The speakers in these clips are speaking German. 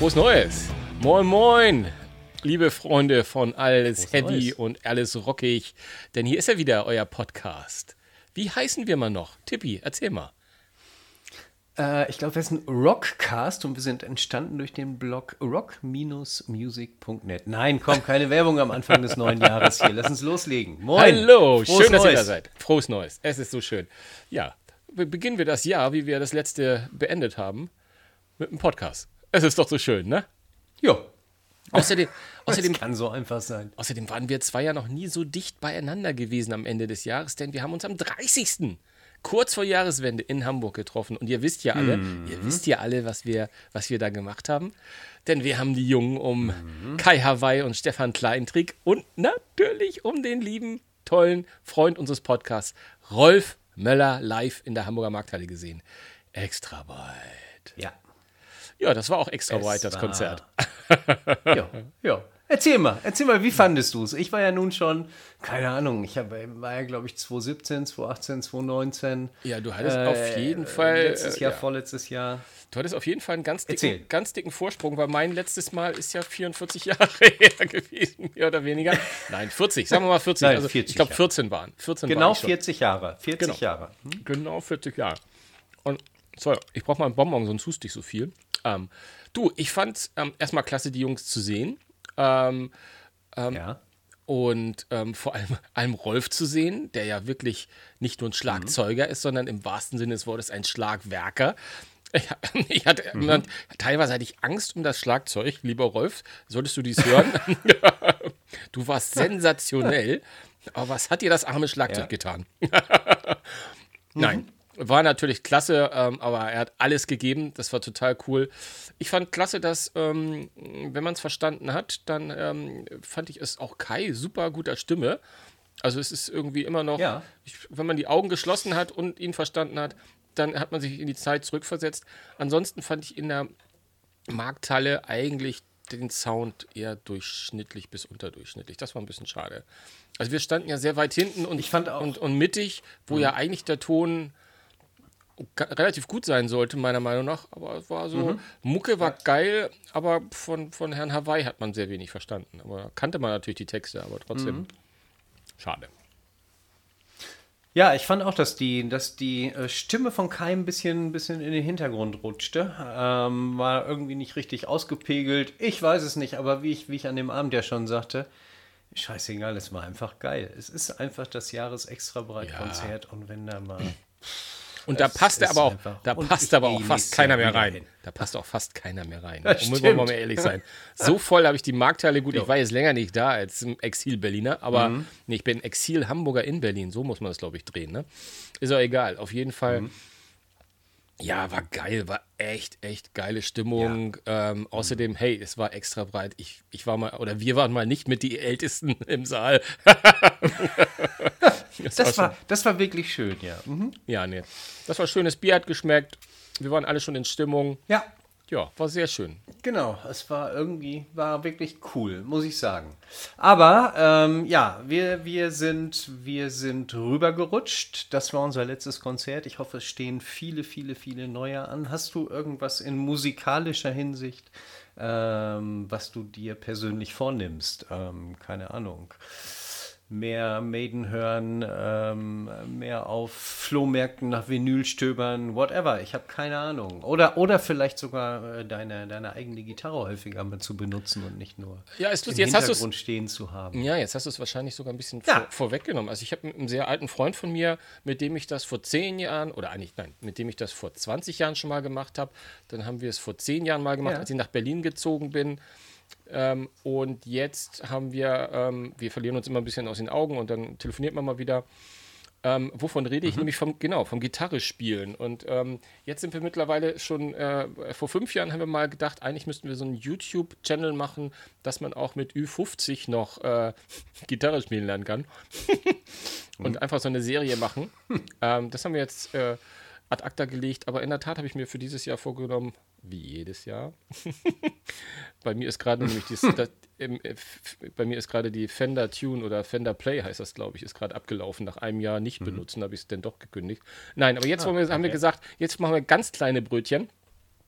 Frohes Neues! Moin, moin! Liebe Freunde von Alles Frohes Heavy Neues. und Alles Rockig, denn hier ist ja wieder euer Podcast. Wie heißen wir mal noch? Tippi, erzähl mal. Ich glaube, wir sind Rockcast und wir sind entstanden durch den Blog rock-music.net. Nein, komm, keine Werbung am Anfang des neuen Jahres hier. Lass uns loslegen. Moin. Hallo, Frohes schön, dass ihr Neues. da seid. Frohes Neues, es ist so schön. Ja, beginnen wir das Jahr, wie wir das letzte beendet haben, mit einem Podcast. Es ist doch so schön, ne? Jo, Außerdem das kann so einfach sein. Außerdem waren wir zwei ja noch nie so dicht beieinander gewesen am Ende des Jahres, denn wir haben uns am 30. kurz vor Jahreswende in Hamburg getroffen. Und ihr wisst ja alle, was wir da gemacht haben. Denn wir haben die Jungen um Kai Hawaii und Stefan Kleintrick und natürlich um den lieben, tollen Freund unseres Podcasts, Rolf Möller, live in der Hamburger Markthalle gesehen. Extra weit. Ja. Ja, das war auch extra Es weit, das war- Konzert. Ja. Erzähl mal, wie fandest du es? Ich war ja nun schon, keine Ahnung, war ja, glaube ich, 2017, 2018, 2019. Ja, du hattest auf jeden Fall. Letztes Jahr, vorletztes Jahr. Du hattest auf jeden Fall einen Erzähl. ganz dicken Vorsprung, weil mein letztes Mal ist ja 44 Jahre her gewesen, mehr oder weniger. Nein, 40, sagen wir mal 40. Nein, also 40 ich glaube Jahre. 14 waren. 14 Genau war ich schon. 40 Jahre. 40 Genau. Jahre. Genau 40 Jahre. Und so, ich brauche mal einen Bonbon, sonst hust ich so viel. Du, ich fand erstmal klasse, die Jungs zu sehen. Ja. Und vor allem Rolf zu sehen, der ja wirklich nicht nur ein Schlagzeuger ist, sondern im wahrsten Sinne des Wortes ein Schlagwerker. Teilweise hatte ich Angst um das Schlagzeug, lieber Rolf, solltest du dies hören. Du warst sensationell, aber was hat dir das arme Schlagzeug Ja. getan? Nein, war natürlich klasse, aber er hat alles gegeben, das war total cool. Ich fand klasse, dass, wenn man es verstanden hat, dann fand ich es auch Kai super guter Stimme. Also es ist irgendwie immer noch, Ja. wenn man die Augen geschlossen hat und ihn verstanden hat, dann hat man sich in die Zeit zurückversetzt. Ansonsten fand ich in der Markthalle eigentlich den Sound eher durchschnittlich bis unterdurchschnittlich. Das war ein bisschen schade. Also wir standen ja sehr weit hinten und, Ich fand auch- und mittig, wo ja eigentlich der Ton relativ gut sein sollte, meiner Meinung nach. Aber es war so, Mucke war geil, aber von Herrn Hawaii hat man sehr wenig verstanden. Aber kannte man natürlich die Texte, aber trotzdem schade. Ja, ich fand auch, dass die Stimme von Kai ein bisschen in den Hintergrund rutschte. War irgendwie nicht richtig ausgepegelt. Ich weiß es nicht, aber wie ich an dem Abend ja schon sagte, scheißegal, es war einfach geil. Es ist einfach das Jahres-Extra-Breit-Konzert und wenn da mal... Und da Es passte ist aber auch, einfach- da und passt ich aber gehe auch fast nächstes keiner Jahr mehr wieder rein. hin. Da passt auch fast keiner mehr rein. Das Und wollen wir mal stimmt. ehrlich sein. So voll habe ich die Markthalle, gut, ich Jo. war jetzt länger nicht da als im Exil-Berliner, aber nee, ich bin Exil-Hamburger in Berlin, so muss man das, glaube ich, drehen, ne? Ist auch egal, auf jeden Fall. Ja, war geil, war echt geile Stimmung. Außerdem, hey, es war extra breit. Ich war mal, oder wir waren mal nicht mit die Ältesten im Saal. Das war wirklich schön, ja. Ja, nee. Das war schön, das Bier hat geschmeckt. Wir waren alle schon in Stimmung. Ja, Ja, war sehr schön. genau. Es war wirklich cool, muss ich sagen. Aber ja, wir sind rübergerutscht. Das war unser letztes Konzert. Ich hoffe, es stehen viele neue an. Hast du irgendwas in musikalischer Hinsicht, was du dir persönlich vornimmst? Keine Ahnung. Mehr Maiden hören, mehr auf Flohmärkten nach Vinyl stöbern, whatever. Ich habe keine Ahnung. Oder vielleicht sogar deine eigene Gitarre häufiger mal zu benutzen und nicht nur Ja, ist im lustig. Jetzt hast Hintergrund stehen zu haben. Ja, jetzt hast du es wahrscheinlich sogar ein bisschen Ja. vorweggenommen. Also ich habe einen sehr alten Freund von mir, mit dem ich das vor 10 Jahren, oder eigentlich, nein, mit dem ich das vor 20 Jahren schon mal gemacht habe. Dann haben wir es vor 10 Jahren mal gemacht, Ja. als ich nach Berlin gezogen bin. Und jetzt haben wir verlieren uns immer ein bisschen aus den Augen und dann telefoniert man mal wieder. Wovon rede ich? Nämlich vom Gitarre spielen. Und jetzt sind wir mittlerweile schon, vor 5 Jahren haben wir mal gedacht, eigentlich müssten wir so einen YouTube-Channel machen, dass man auch mit Ü50 noch Gitarre spielen lernen kann. Und einfach so eine Serie machen. Das haben wir jetzt ad acta gelegt, aber in der Tat habe ich mir für dieses Jahr vorgenommen, wie jedes Jahr. Bei mir ist gerade nämlich bei mir ist gerade die Fender Tune oder Fender Play heißt das, glaube ich, ist gerade abgelaufen. Nach einem Jahr nicht benutzen, habe ich es dann doch gekündigt. Nein, aber jetzt haben wir gesagt, jetzt machen wir ganz kleine Brötchen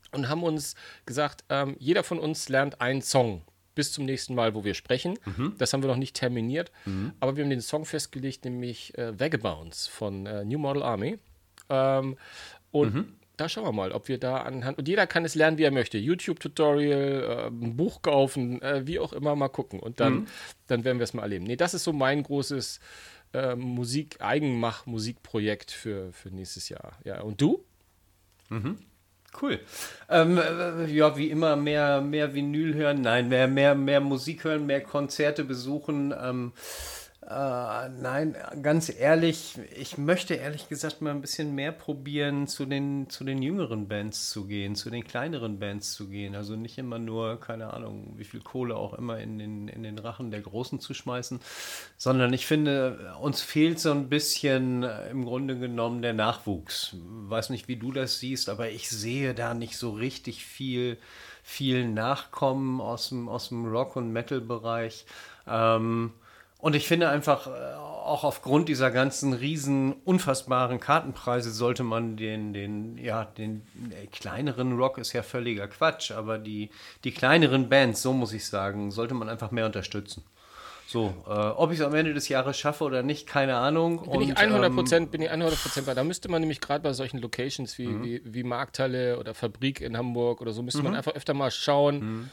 und haben uns gesagt, jeder von uns lernt einen Song bis zum nächsten Mal, wo wir sprechen. Das haben wir noch nicht terminiert, aber wir haben den Song festgelegt, nämlich Vagabonds von New Model Army. Und da schauen wir mal, ob wir da anhand, und jeder kann es lernen, wie er möchte. YouTube-Tutorial, ein Buch kaufen, wie auch immer, mal gucken. Und dann werden wir es mal erleben. Nee, das ist so mein großes Eigenmach-Musikprojekt für nächstes Jahr. Ja, und du? Cool. Ja, wie immer mehr Vinyl hören, nein, mehr Musik hören, mehr Konzerte besuchen. Nein, ganz ehrlich, ich möchte ehrlich gesagt mal ein bisschen mehr probieren, zu den jüngeren Bands zu gehen, zu den kleineren Bands zu gehen. Also nicht immer nur, keine Ahnung, wie viel Kohle auch immer in den Rachen der Großen zu schmeißen, sondern ich finde, uns fehlt so ein bisschen im Grunde genommen der Nachwuchs. Weiß nicht, wie du das siehst, aber ich sehe da nicht so richtig viel Nachkommen aus dem Rock- und Metal-Bereich. Und ich finde einfach, auch aufgrund dieser ganzen riesen, unfassbaren Kartenpreise sollte man den kleineren Rock ist ja völliger Quatsch, aber die kleineren Bands, so muss ich sagen, sollte man einfach mehr unterstützen. So, ob ich es am Ende des Jahres schaffe oder nicht, keine Ahnung. Bin ich 100% bei. Da müsste man nämlich gerade bei solchen Locations wie Markthalle oder Fabrik in Hamburg oder so, müsste man einfach öfter mal schauen,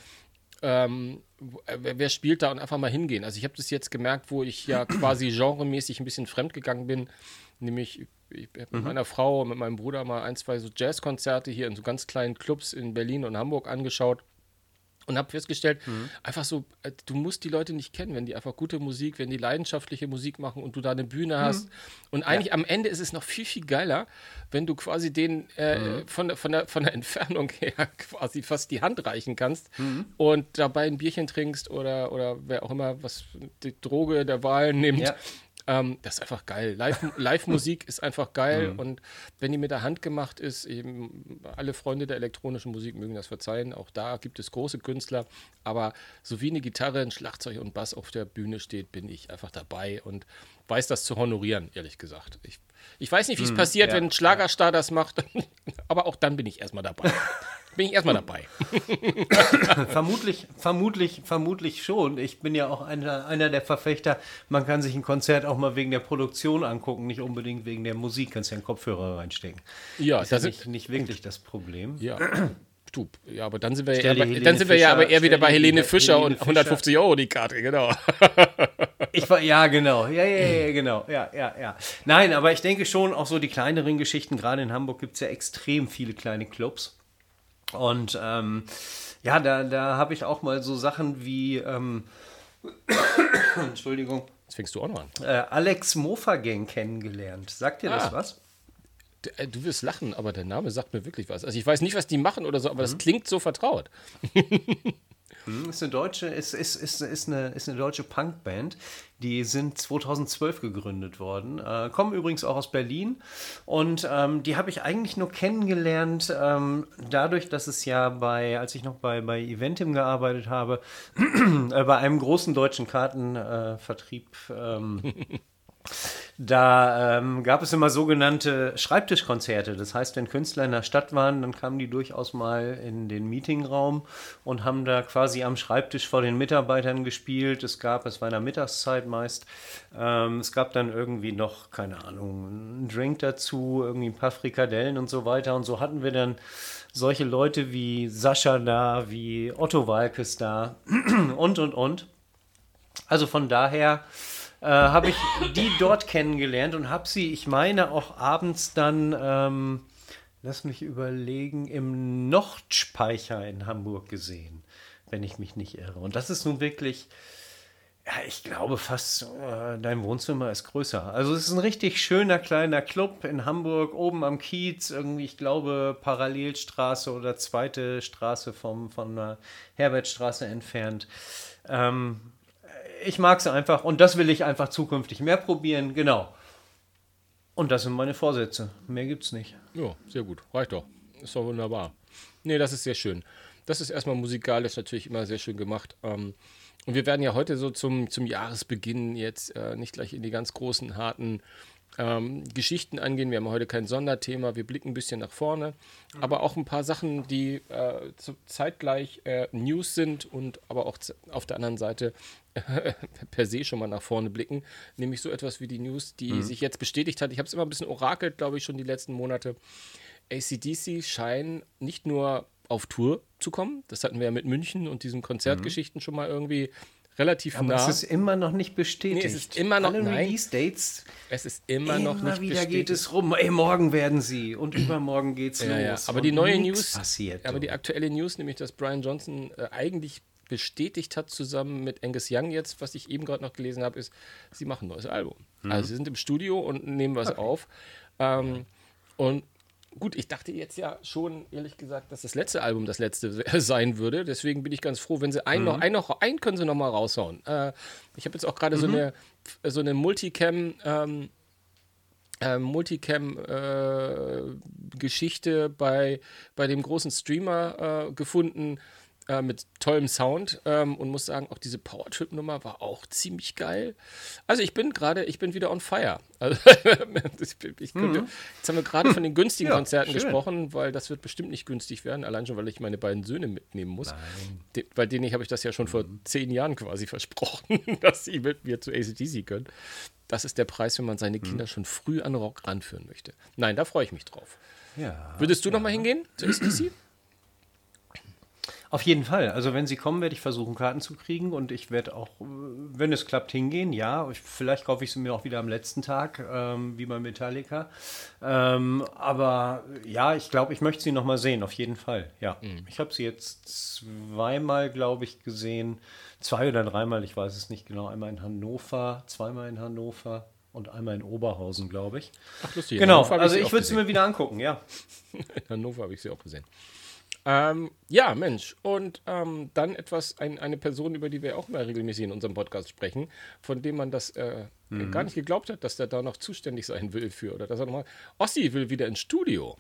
wer spielt da und einfach mal hingehen. Also ich habe das jetzt gemerkt, wo ich ja quasi genremäßig ein bisschen fremdgegangen bin, nämlich ich habe mit meiner Frau und mit meinem Bruder mal 1, 2 so Jazzkonzerte hier in so ganz kleinen Clubs in Berlin und Hamburg angeschaut und habe festgestellt, einfach so, du musst die Leute nicht kennen, wenn die einfach gute Musik, wenn die leidenschaftliche Musik machen und du da eine Bühne hast. Und eigentlich am Ende ist es noch viel, viel geiler, wenn du quasi denen von der Entfernung her quasi fast die Hand reichen kannst und dabei ein Bierchen trinkst oder wer auch immer was die Droge der Wahl nimmt. Ja. Das ist einfach geil. Live-Musik ist einfach geil und wenn die mit der Hand gemacht ist, eben alle Freunde der elektronischen Musik mögen das verzeihen, auch da gibt es große Künstler, aber so wie eine Gitarre, ein Schlagzeug und Bass auf der Bühne steht, bin ich einfach dabei und weiß das zu honorieren, ehrlich gesagt. Ich weiß nicht, wie es passiert, wenn ein Schlagerstar das macht, aber auch dann bin ich erstmal dabei. Vermutlich schon. Ich bin ja auch einer der Verfechter, man kann sich ein Konzert auch mal wegen der Produktion angucken, nicht unbedingt wegen der Musik, kannst ja einen Kopfhörer reinstecken. Ja, das ist nicht wirklich das Problem. Ja. Ja, aber dann sind wir ja aber eher wieder bei Helene Fischer und 150 € die Karte, genau. Genau. Ja, genau. Ja. Nein, aber ich denke schon, auch so die kleineren Geschichten, gerade in Hamburg gibt es ja extrem viele kleine Clubs. Und da habe ich auch mal so Sachen wie, Entschuldigung. Jetzt fängst du auch noch an. Alex Mofa Gang kennengelernt. Sagt dir das was? Du wirst lachen, aber der Name sagt mir wirklich was. Also ich weiß nicht, was die machen oder so, aber das klingt so vertraut. Ist eine deutsche Punkband. Die sind 2012 gegründet worden. Kommen übrigens auch aus Berlin. Und die habe ich eigentlich nur kennengelernt, dadurch, dass es ja als ich noch bei Eventim gearbeitet habe, bei einem großen deutschen Kartenvertrieb. Da gab es immer sogenannte Schreibtischkonzerte. Das heißt, wenn Künstler in der Stadt waren, dann kamen die durchaus mal in den Meetingraum und haben da quasi am Schreibtisch vor den Mitarbeitern gespielt. Es war in der Mittagszeit meist. Es gab dann irgendwie noch, keine Ahnung, einen Drink dazu, irgendwie ein paar Frikadellen und so weiter. Und so hatten wir dann solche Leute wie Sascha da, wie Otto Waalkes da und. Also von daher habe ich die dort kennengelernt und habe sie, ich meine, auch abends dann, lass mich überlegen, im Nordspeicher in Hamburg gesehen, wenn ich mich nicht irre. Und das ist nun wirklich, ja, ich glaube fast, dein Wohnzimmer ist größer. Also es ist ein richtig schöner kleiner Club in Hamburg, oben am Kiez, irgendwie, ich glaube, Parallelstraße oder zweite Straße von der Herbertstraße entfernt. Ich mag es einfach und das will ich einfach zukünftig mehr probieren, genau. Und das sind meine Vorsätze. Mehr gibt's nicht. Ja, sehr gut. Reicht doch. Ist doch wunderbar. Nee, das ist sehr schön. Das ist erstmal musikalisch natürlich immer sehr schön gemacht. Und wir werden ja heute so zum Jahresbeginn jetzt nicht gleich in die ganz großen, harten Geschichten angehen. Wir haben heute kein Sonderthema, wir blicken ein bisschen nach vorne, aber auch ein paar Sachen, die zeitgleich News sind und aber auch auf der anderen Seite per se schon mal nach vorne blicken. Nämlich so etwas wie die News, die sich jetzt bestätigt hat. Ich habe es immer ein bisschen orakelt, glaube ich, schon die letzten Monate. AC/DC scheinen nicht nur auf Tour zu kommen, das hatten wir ja mit München und diesen Konzertgeschichten schon mal irgendwie relativ aber nah. es ist immer noch nicht bestätigt. Nee, es ist immer noch, alle nein. Release-Dates. Es ist immer noch nicht wieder bestätigt. geht es rum. Ey, morgen werden sie und übermorgen geht's los. Ja. Aber die und neue nichts News, passiert. aber die aktuelle News, nämlich dass Brian Johnson eigentlich bestätigt hat, zusammen mit Angus Young jetzt, was ich eben gerade noch gelesen habe, ist, sie machen ein neues Album. Also sie sind im Studio und nehmen was auf. Und gut, ich dachte jetzt ja schon, ehrlich gesagt, dass das letzte Album das letzte sein würde. Deswegen bin ich ganz froh, wenn sie einen können sie noch mal raushauen. Ich habe jetzt auch gerade so eine Multicam-Geschichte bei dem großen Streamer gefunden mit tollem Sound und muss sagen, auch diese Powertrip-Nummer war auch ziemlich geil. Also ich bin wieder on fire. Also jetzt haben wir gerade von den günstigen Konzerten gesprochen, weil das wird bestimmt nicht günstig werden, allein schon, weil ich meine beiden Söhne mitnehmen muss. Bei denen habe ich das ja schon vor 10 Jahren quasi versprochen, dass sie mit mir zu AC/DC können. Das ist der Preis, wenn man seine Kinder schon früh an Rock ranführen möchte. Nein, da freue ich mich drauf. Ja, Würdest du noch mal hingehen zu AC/DC? Auf jeden Fall. Also wenn sie kommen, werde ich versuchen, Karten zu kriegen und ich werde auch, wenn es klappt, hingehen. Ja, vielleicht kaufe ich sie mir auch wieder am letzten Tag, wie bei Metallica. Aber ja, ich glaube, ich möchte sie noch mal sehen, auf jeden Fall. Ja, ich habe sie jetzt zweimal, glaube ich, gesehen. 2 oder 3-mal, ich weiß es nicht genau. Einmal in Hannover, zweimal in Hannover und einmal in Oberhausen, glaube ich. Ach, lustig. Genau, also ich würde sie mir wieder angucken, ja. In Hannover habe ich sie auch gesehen. Ja, Mensch. Und dann eine Person, über die wir auch mal regelmäßig in unserem Podcast sprechen, von dem man das gar nicht geglaubt hat, dass der da noch zuständig sein will für. Oder dass er nochmal, Ossi will wieder ins Studio.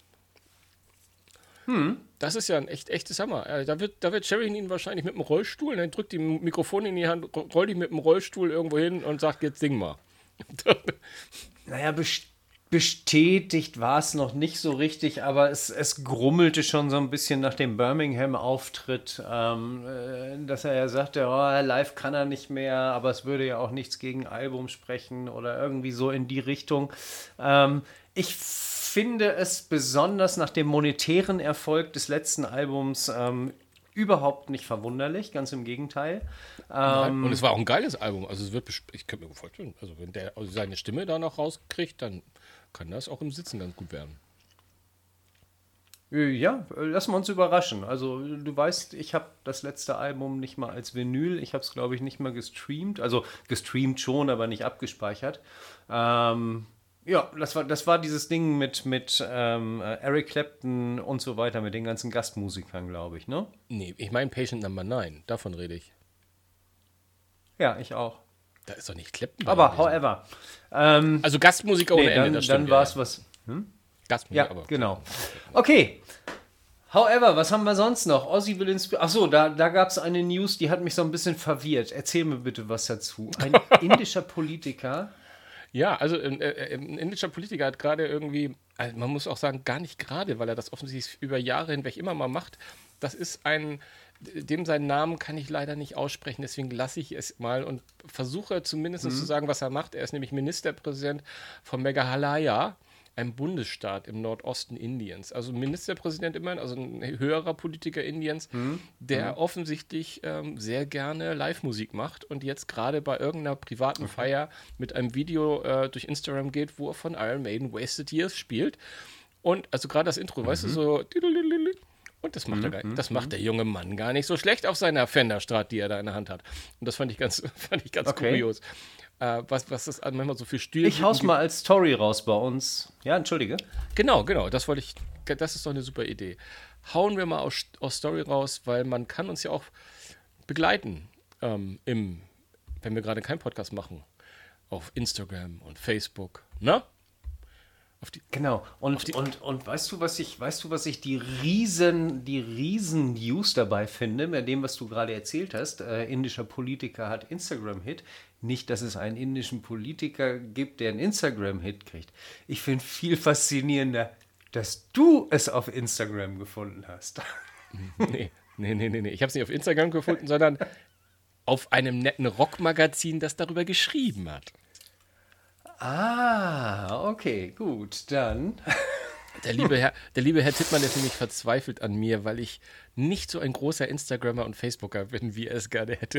Das ist ja ein echtes Hammer. Da wird Sheridan ihn wahrscheinlich mit dem Rollstuhl, dann drückt die Mikrofon in die Hand, rollt ihn mit dem Rollstuhl irgendwo hin und sagt, jetzt sing mal. Naja, bestätigt war es noch nicht so richtig, aber es grummelte schon so ein bisschen nach dem Birmingham-Auftritt, dass er ja sagte, oh, live kann er nicht mehr, aber es würde ja auch nichts gegen Album sprechen oder irgendwie so in die Richtung. Ich finde es besonders nach dem monetären Erfolg des letzten Albums überhaupt nicht verwunderlich, ganz im Gegenteil. Und es war auch ein geiles Album. Also ich könnte mir vorstellen, also wenn der seine Stimme da noch rauskriegt, dann kann das auch im Sitzen ganz gut werden. Ja, lassen wir uns überraschen. Also du weißt, ich habe das letzte Album nicht mal als Vinyl. Ich habe es, glaube ich, nicht mal gestreamt. Also gestreamt schon, aber nicht abgespeichert. Ja, das war dieses Ding mit Eric Clapton und so weiter, mit den ganzen Gastmusikern, glaube ich, ne? Nee, ich meine Patient Number 9, davon rede ich. Ja, ich auch. Da ist doch nicht Clapton. Aber however. Also Gastmusiker ohne Ende, das stimmt. Dann war es was. Gastmusiker, Ja, aber genau. Okay. However, was haben wir sonst noch? Ozzy will ins... Achso, da gab es eine News, die hat mich so ein bisschen verwirrt. Erzähl mir bitte was dazu. Ein indischer Politiker... Ja, also ein indischer Politiker hat gerade irgendwie, also man muss auch sagen, gar nicht gerade, weil er das offensichtlich über Jahre hinweg immer mal macht. Das ist dem seinen Namen kann ich leider nicht aussprechen, deswegen lasse ich es mal und versuche zumindest zu sagen, was er macht. Er ist nämlich Ministerpräsident von Meghalaya, einem Bundesstaat im Nordosten Indiens. Also Ministerpräsident immerhin, also ein höherer Politiker Indiens, der offensichtlich sehr gerne Live-Musik macht und jetzt gerade bei irgendeiner privaten Feier mit einem Video durch Instagram geht, wo er von Iron Maiden Wasted Years spielt. Und also gerade das Intro, weißt du, so... Und das macht der junge Mann gar nicht so schlecht auf seiner Fender Strat, die er da in der Hand hat. Und das fand ich ganz kurios. Was das manchmal so viel Stil. Ich hau's mal als Story raus bei uns. Ja, entschuldige. Genau, das ist doch eine super Idee. Hauen wir mal aus Story raus, weil man kann uns ja auch begleiten, wenn wir gerade keinen Podcast machen, auf Instagram und Facebook, ne? Genau. Und weißt du, was ich die riesen News dabei finde, bei dem, was du gerade erzählt hast, indischer Politiker hat Instagram-Hit. Nicht, dass es einen indischen Politiker gibt, der einen Instagram-Hit kriegt. Ich finde viel faszinierender, dass du es auf Instagram gefunden hast. Nee. Ich habe es nicht auf Instagram gefunden, sondern auf einem netten Rockmagazin, das darüber geschrieben hat. Ah, okay, gut, dann. Der liebe Herr Tittmann ist nämlich verzweifelt an mir, weil ich nicht so ein großer Instagrammer und Facebooker bin, wie er es gerne hätte.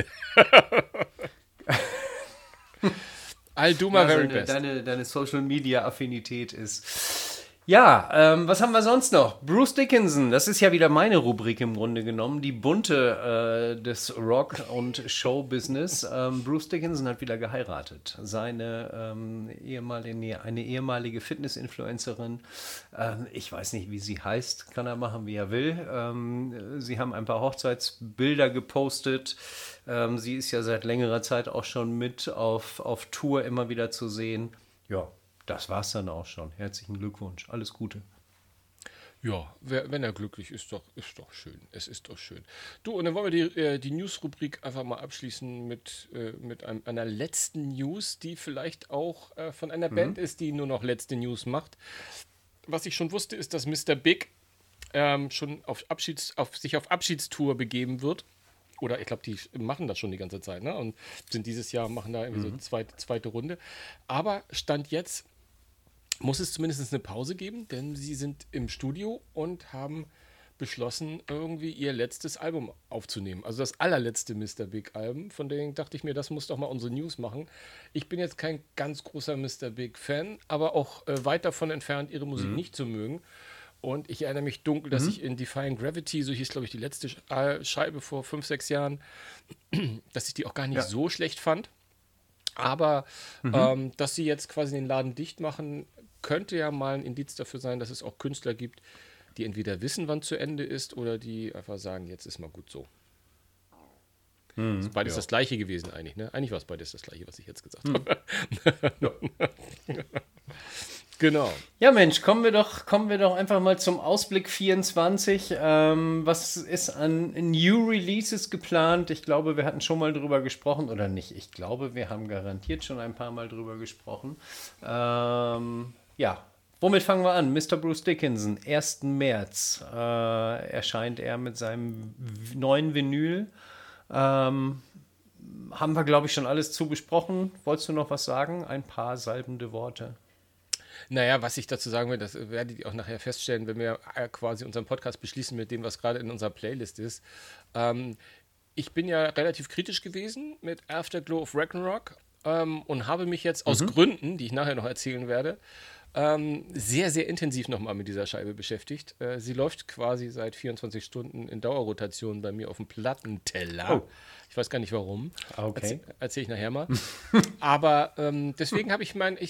I'll do my very best. Deine Social-Media-Affinität ist... Ja, was haben wir sonst noch? Bruce Dickinson, das ist ja wieder meine Rubrik im Grunde genommen, die bunte des Rock- und Show-Business. Bruce Dickinson hat wieder geheiratet. Eine ehemalige Fitness-Influencerin, ich weiß nicht, wie sie heißt, kann er machen, wie er will. Sie haben ein paar Hochzeitsbilder gepostet. Sie ist ja seit längerer Zeit auch schon mit auf Tour immer wieder zu sehen. Ja. Das war's dann auch schon. Herzlichen Glückwunsch. Alles Gute. Ja, wenn er glücklich ist, ist doch schön. Es ist doch schön. Du, und dann wollen wir die News-Rubrik einfach mal abschließen mit einer letzten News, die vielleicht auch von einer Band ist, die nur noch letzte News macht. Was ich schon wusste, ist, dass Mr. Big schon sich auf Abschiedstour begeben wird. Oder ich glaube, die machen das schon die ganze Zeit, ne? Und sind dieses Jahr, machen da irgendwie so zweite Runde. Aber Stand jetzt muss es zumindest eine Pause geben, denn sie sind im Studio und haben beschlossen, irgendwie ihr letztes Album aufzunehmen. Also das allerletzte Mr. Big-Album. Von dem dachte ich mir, das muss doch mal unsere News machen. Ich bin jetzt kein ganz großer Mr. Big-Fan, aber auch weit davon entfernt, ihre Musik nicht zu mögen. Und ich erinnere mich dunkel, dass ich in Defying Gravity, so hieß, glaube ich, die letzte Scheibe vor 5, 6 Jahren, dass ich die auch gar nicht so schlecht fand. Aber dass sie jetzt quasi den Laden dicht machen, könnte ja mal ein Indiz dafür sein, dass es auch Künstler gibt, die entweder wissen, wann zu Ende ist, oder die einfach sagen, jetzt ist mal gut so. Ist beides das Gleiche gewesen eigentlich, ne? Eigentlich war es beides das Gleiche, was ich jetzt gesagt habe. Genau. Ja, Mensch, kommen wir doch einfach mal zum Ausblick 24. Was ist an New Releases geplant? Ich glaube, wir hatten schon mal drüber gesprochen, oder nicht? Ich glaube, wir haben garantiert schon ein paar Mal drüber gesprochen. Ja, womit fangen wir an? Mr. Bruce Dickinson, 1. März erscheint er mit seinem neuen Vinyl. Haben wir, glaube ich, schon alles zu besprochen. Wolltest du noch was sagen? Ein paar salbende Worte. Naja, was ich dazu sagen will, das werdet ihr auch nachher feststellen, wenn wir quasi unseren Podcast beschließen mit dem, was gerade in unserer Playlist ist. Ich bin ja relativ kritisch gewesen mit Afterglow of Ragnarok und habe mich jetzt aus Gründen, die ich nachher noch erzählen werde, sehr, sehr intensiv nochmal mit dieser Scheibe beschäftigt. Sie läuft quasi seit 24 Stunden in Dauerrotation bei mir auf dem Plattenteller. Oh. Ich weiß gar nicht warum. Okay. Erzähle ich nachher mal. Aber deswegen habe ich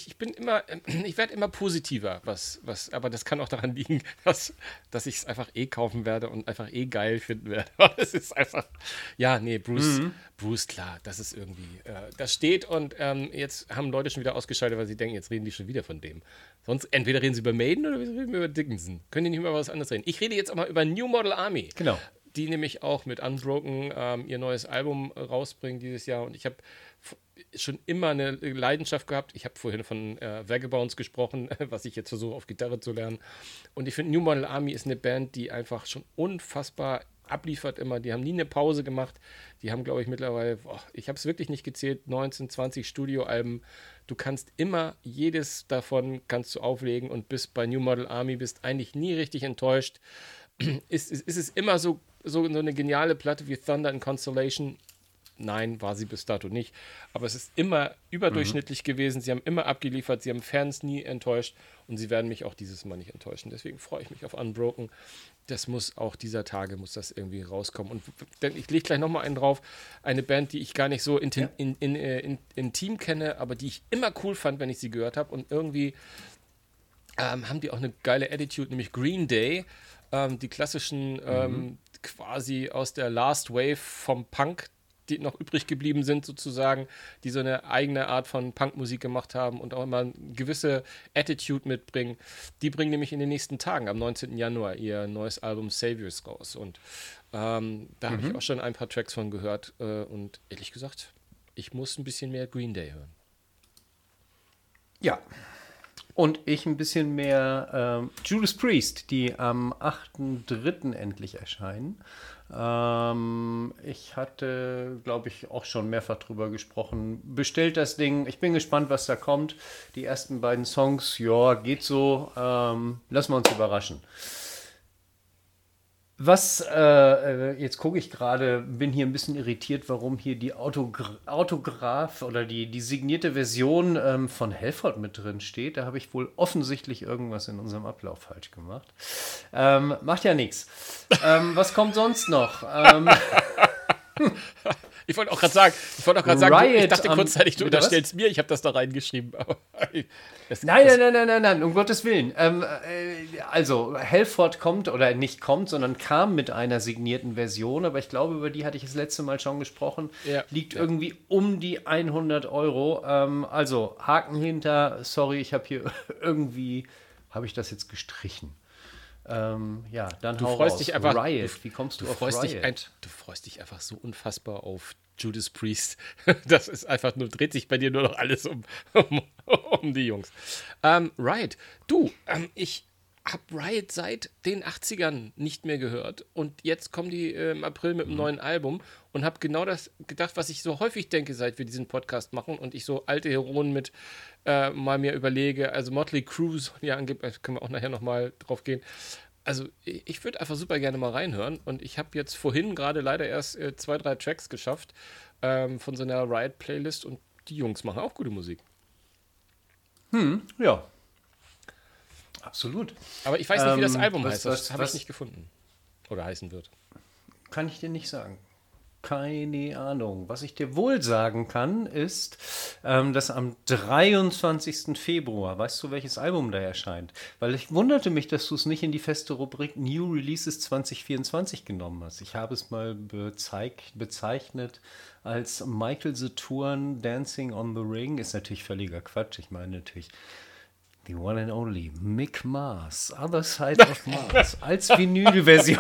ich werde immer positiver, aber das kann auch daran liegen, dass ich es einfach kaufen werde und einfach geil finden werde. Das ist einfach, Bruce, klar, das ist irgendwie, das steht und jetzt haben Leute schon wieder ausgeschaltet, weil sie denken, jetzt reden die schon wieder von dem. Sonst, entweder reden sie über Maiden oder wir reden über Dickinson. Können die nicht mal was anderes reden? Ich rede jetzt auch mal über New Model Army. Genau. Die nämlich auch mit Unbroken ihr neues Album rausbringen dieses Jahr. Und ich habe schon immer eine Leidenschaft gehabt. Ich habe vorhin von Vagabonds gesprochen, was ich jetzt versuche auf Gitarre zu lernen. Und ich finde, New Model Army ist eine Band, die einfach schon unfassbar abliefert immer. Die haben nie eine Pause gemacht. Die haben, glaube ich, mittlerweile, ich habe es wirklich nicht gezählt, 19, 20 Studioalben. Du kannst immer jedes davon kannst du auflegen und bist bei New Model Army, bist eigentlich nie richtig enttäuscht. Ist es immer so eine geniale Platte wie Thunder and Constellation? Nein, war sie bis dato nicht. Aber es ist immer überdurchschnittlich gewesen. Sie haben immer abgeliefert. Sie haben Fans nie enttäuscht. Und sie werden mich auch dieses Mal nicht enttäuschen. Deswegen freue ich mich auf Unbroken. Das muss auch dieser Tage, muss das irgendwie rauskommen. Und ich lege gleich nochmal einen drauf. Eine Band, die ich gar nicht so intim kenne, aber die ich immer cool fand, wenn ich sie gehört habe. Und irgendwie haben die auch eine geile Attitude, nämlich Green Day. Die klassischen quasi aus der Last Wave vom Punk die noch übrig geblieben sind sozusagen, die so eine eigene Art von Punkmusik gemacht haben und auch immer eine gewisse Attitude mitbringen. Die bringen nämlich in den nächsten Tagen, am 19. Januar, ihr neues Album Saviors raus. Und da habe ich auch schon ein paar Tracks von gehört. Und ehrlich gesagt, ich muss ein bisschen mehr Green Day hören. Ja. Und ich ein bisschen mehr Judas Priest, die am 8.3. endlich erscheinen. Ich hatte, glaube ich, auch schon mehrfach drüber gesprochen. Bestellt das Ding. Ich bin gespannt, was da kommt. Die ersten beiden Songs, ja, geht so. Lassen wir uns überraschen. Jetzt gucke ich gerade, bin hier ein bisschen irritiert, warum hier die Autograph oder die signierte Version von Halford mit drin steht. Da habe ich wohl offensichtlich irgendwas in unserem Ablauf falsch gemacht. Macht ja nichts. Was kommt sonst noch? Ich wollte auch gerade sagen, ich dachte kurzzeitig, du unterstellst mir, ich habe das da reingeschrieben. Aber Nein, um Gottes Willen. Also, Halford kommt, oder nicht kommt, sondern kam mit einer signierten Version, aber ich glaube, über die hatte ich das letzte Mal schon gesprochen. Ja, liegt irgendwie um die 100 Euro. Also, Haken hinter, sorry, ich habe hier irgendwie, habe ich das jetzt gestrichen. Dann du freust dich einfach, Riot. Wie kommst du auf Riot? Du freust dich einfach so unfassbar auf Judas Priest. Das ist einfach nur, dreht sich bei dir nur noch alles um die Jungs. Riot. Ich habe Riot seit den 80ern nicht mehr gehört und jetzt kommen die im April mit einem neuen Album und habe genau das gedacht, was ich so häufig denke, seit wir diesen Podcast machen und ich so alte Heroen mit mal mir überlege, also Motley Crue, ja, können wir auch nachher nochmal drauf gehen. Also ich würde einfach super gerne mal reinhören und ich habe jetzt vorhin gerade leider erst 2, 3 Tracks geschafft von so einer Riot-Playlist und die Jungs machen auch gute Musik. Ja. Absolut. Aber ich weiß nicht, wie das Album heißt. Das habe ich nicht gefunden. Oder heißen wird. Kann ich dir nicht sagen. Keine Ahnung. Was ich dir wohl sagen kann, ist, dass am 23. Februar, weißt du, welches Album da erscheint? Weil ich wunderte mich, dass du es nicht in die feste Rubrik New Releases 2024 genommen hast. Ich habe es mal bezeichnet als Michael Saturn Dancing on the Ring. Ist natürlich völliger Quatsch. Ich meine natürlich the one and only Mick Mars, Other Side of Mars, als Vinylversion.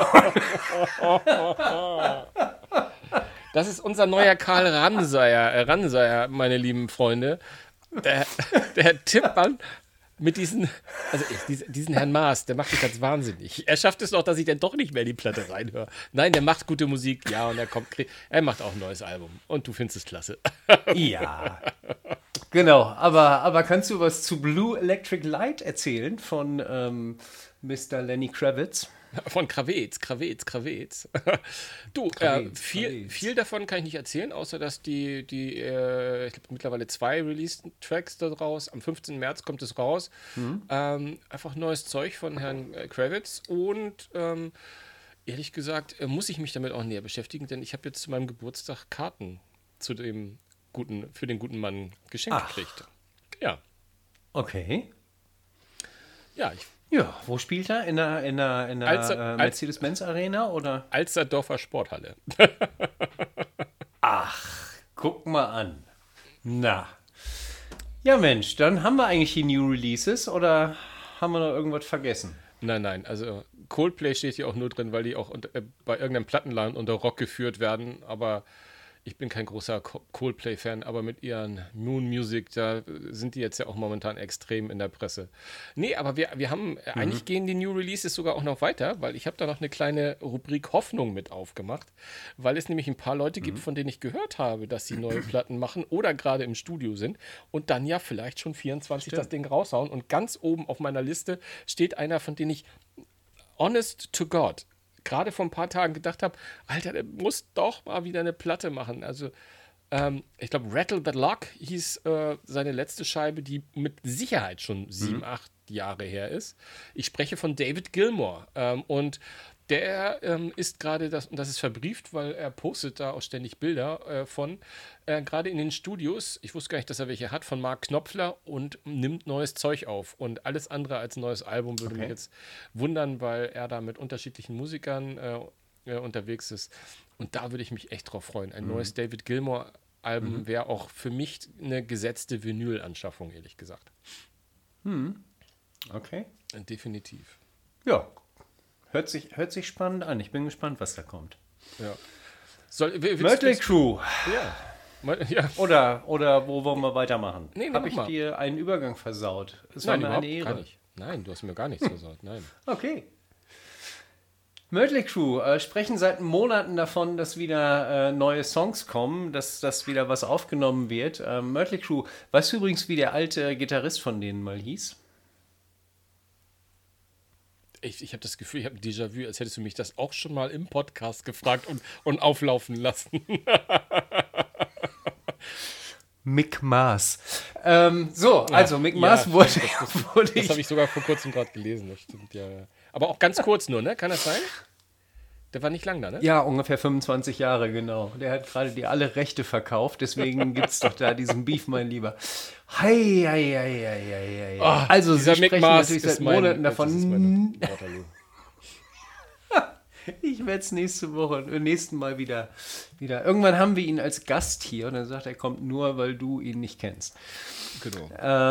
Das ist unser neuer Karl Ranseier, meine lieben Freunde. Der Tippmann mit diesen Herrn Maas, der macht mich ganz wahnsinnig. Er schafft es doch, dass ich dann doch nicht mehr in die Platte reinhöre. Nein, der macht gute Musik, ja, und er macht auch ein neues Album. Und du findest es klasse. Ja, genau. Aber kannst du was zu Blue Electric Light erzählen von Mr. Lenny Kravitz? Von Kravitz. Du, viel davon kann ich nicht erzählen, außer dass ich glaube, mittlerweile 2 Release-Tracks daraus. Am 15. März kommt es raus. Einfach neues Zeug von Herrn Kravitz und ehrlich gesagt muss ich mich damit auch näher beschäftigen, denn ich habe jetzt zu meinem Geburtstag Karten für den guten Mann geschenkt gekriegt. Ja. Okay. Ja, wo spielt er? In der Mercedes-Benz Arena oder? Alsterdorfer Sporthalle. Ach, guck mal an. Na. Ja, Mensch, dann haben wir eigentlich die New Releases oder haben wir noch irgendwas vergessen? Nein, also Coldplay steht hier auch nur drin, weil die auch bei irgendeinem Plattenladen unter Rock geführt werden, aber ich bin kein großer Coldplay-Fan, aber mit ihren Moon Music, da sind die jetzt ja auch momentan extrem in der Presse. Nee, aber wir haben, eigentlich gehen die New Releases sogar auch noch weiter, weil ich habe da noch eine kleine Rubrik Hoffnung mit aufgemacht, weil es nämlich ein paar Leute gibt, von denen ich gehört habe, dass sie neue Platten machen oder gerade im Studio sind und dann ja vielleicht schon 24 das Ding raushauen. Und ganz oben auf meiner Liste steht einer, von dem ich honest to God gerade vor ein paar Tagen gedacht habe, Alter, der muss doch mal wieder eine Platte machen. Also, ich glaube, Rattle That Lock hieß seine letzte Scheibe, die mit Sicherheit schon 7, 8 Jahre her ist. Ich spreche von David Gilmour. Und der ist gerade, das ist verbrieft, weil er postet da auch ständig Bilder von, gerade in den Studios, ich wusste gar nicht, dass er welche hat, von Mark Knopfler und nimmt neues Zeug auf. Und alles andere als ein neues Album würde mich jetzt wundern, weil er da mit unterschiedlichen Musikern unterwegs ist. Und da würde ich mich echt drauf freuen. Ein neues David Gilmour-Album wäre auch für mich eine gesetzte Vinyl-Anschaffung, ehrlich gesagt. Okay. Definitiv. Ja, hört sich spannend an. Ich bin gespannt, was da kommt. Ja. Mötley Crüe. Ja. Oder wo wollen wir weitermachen? Nee, Habe ich dir einen Übergang versaut? Es war Nein, mir überhaupt eine Ehre. gar nicht. Nein, du hast mir gar nichts gesagt. Nein. Okay. Mötley Crüe sprechen seit Monaten davon, dass wieder neue Songs kommen, dass wieder was aufgenommen wird. Mötley Crüe, weißt du übrigens, wie der alte Gitarrist von denen mal hieß? Ich habe das Gefühl, ich habe ein Déjà-vu, als hättest du mich das auch schon mal im Podcast gefragt und auflaufen lassen. Mick Mars. Also Mick Mars wurde Das habe ich sogar vor kurzem gerade gelesen, das stimmt, ja. Aber auch ganz kurz nur, ne? Kann das sein? Der war nicht lang da, ne? Ja, ungefähr 25 Jahre, genau. Der hat gerade dir alle Rechte verkauft, deswegen gibt es doch da diesen Beef, mein Lieber. Hei. Also, sie sprechen natürlich seit Monaten davon. Ich werde es nächsten Mal wieder. Irgendwann haben wir ihn als Gast hier und er sagt, er kommt nur, weil du ihn nicht kennst. Genau.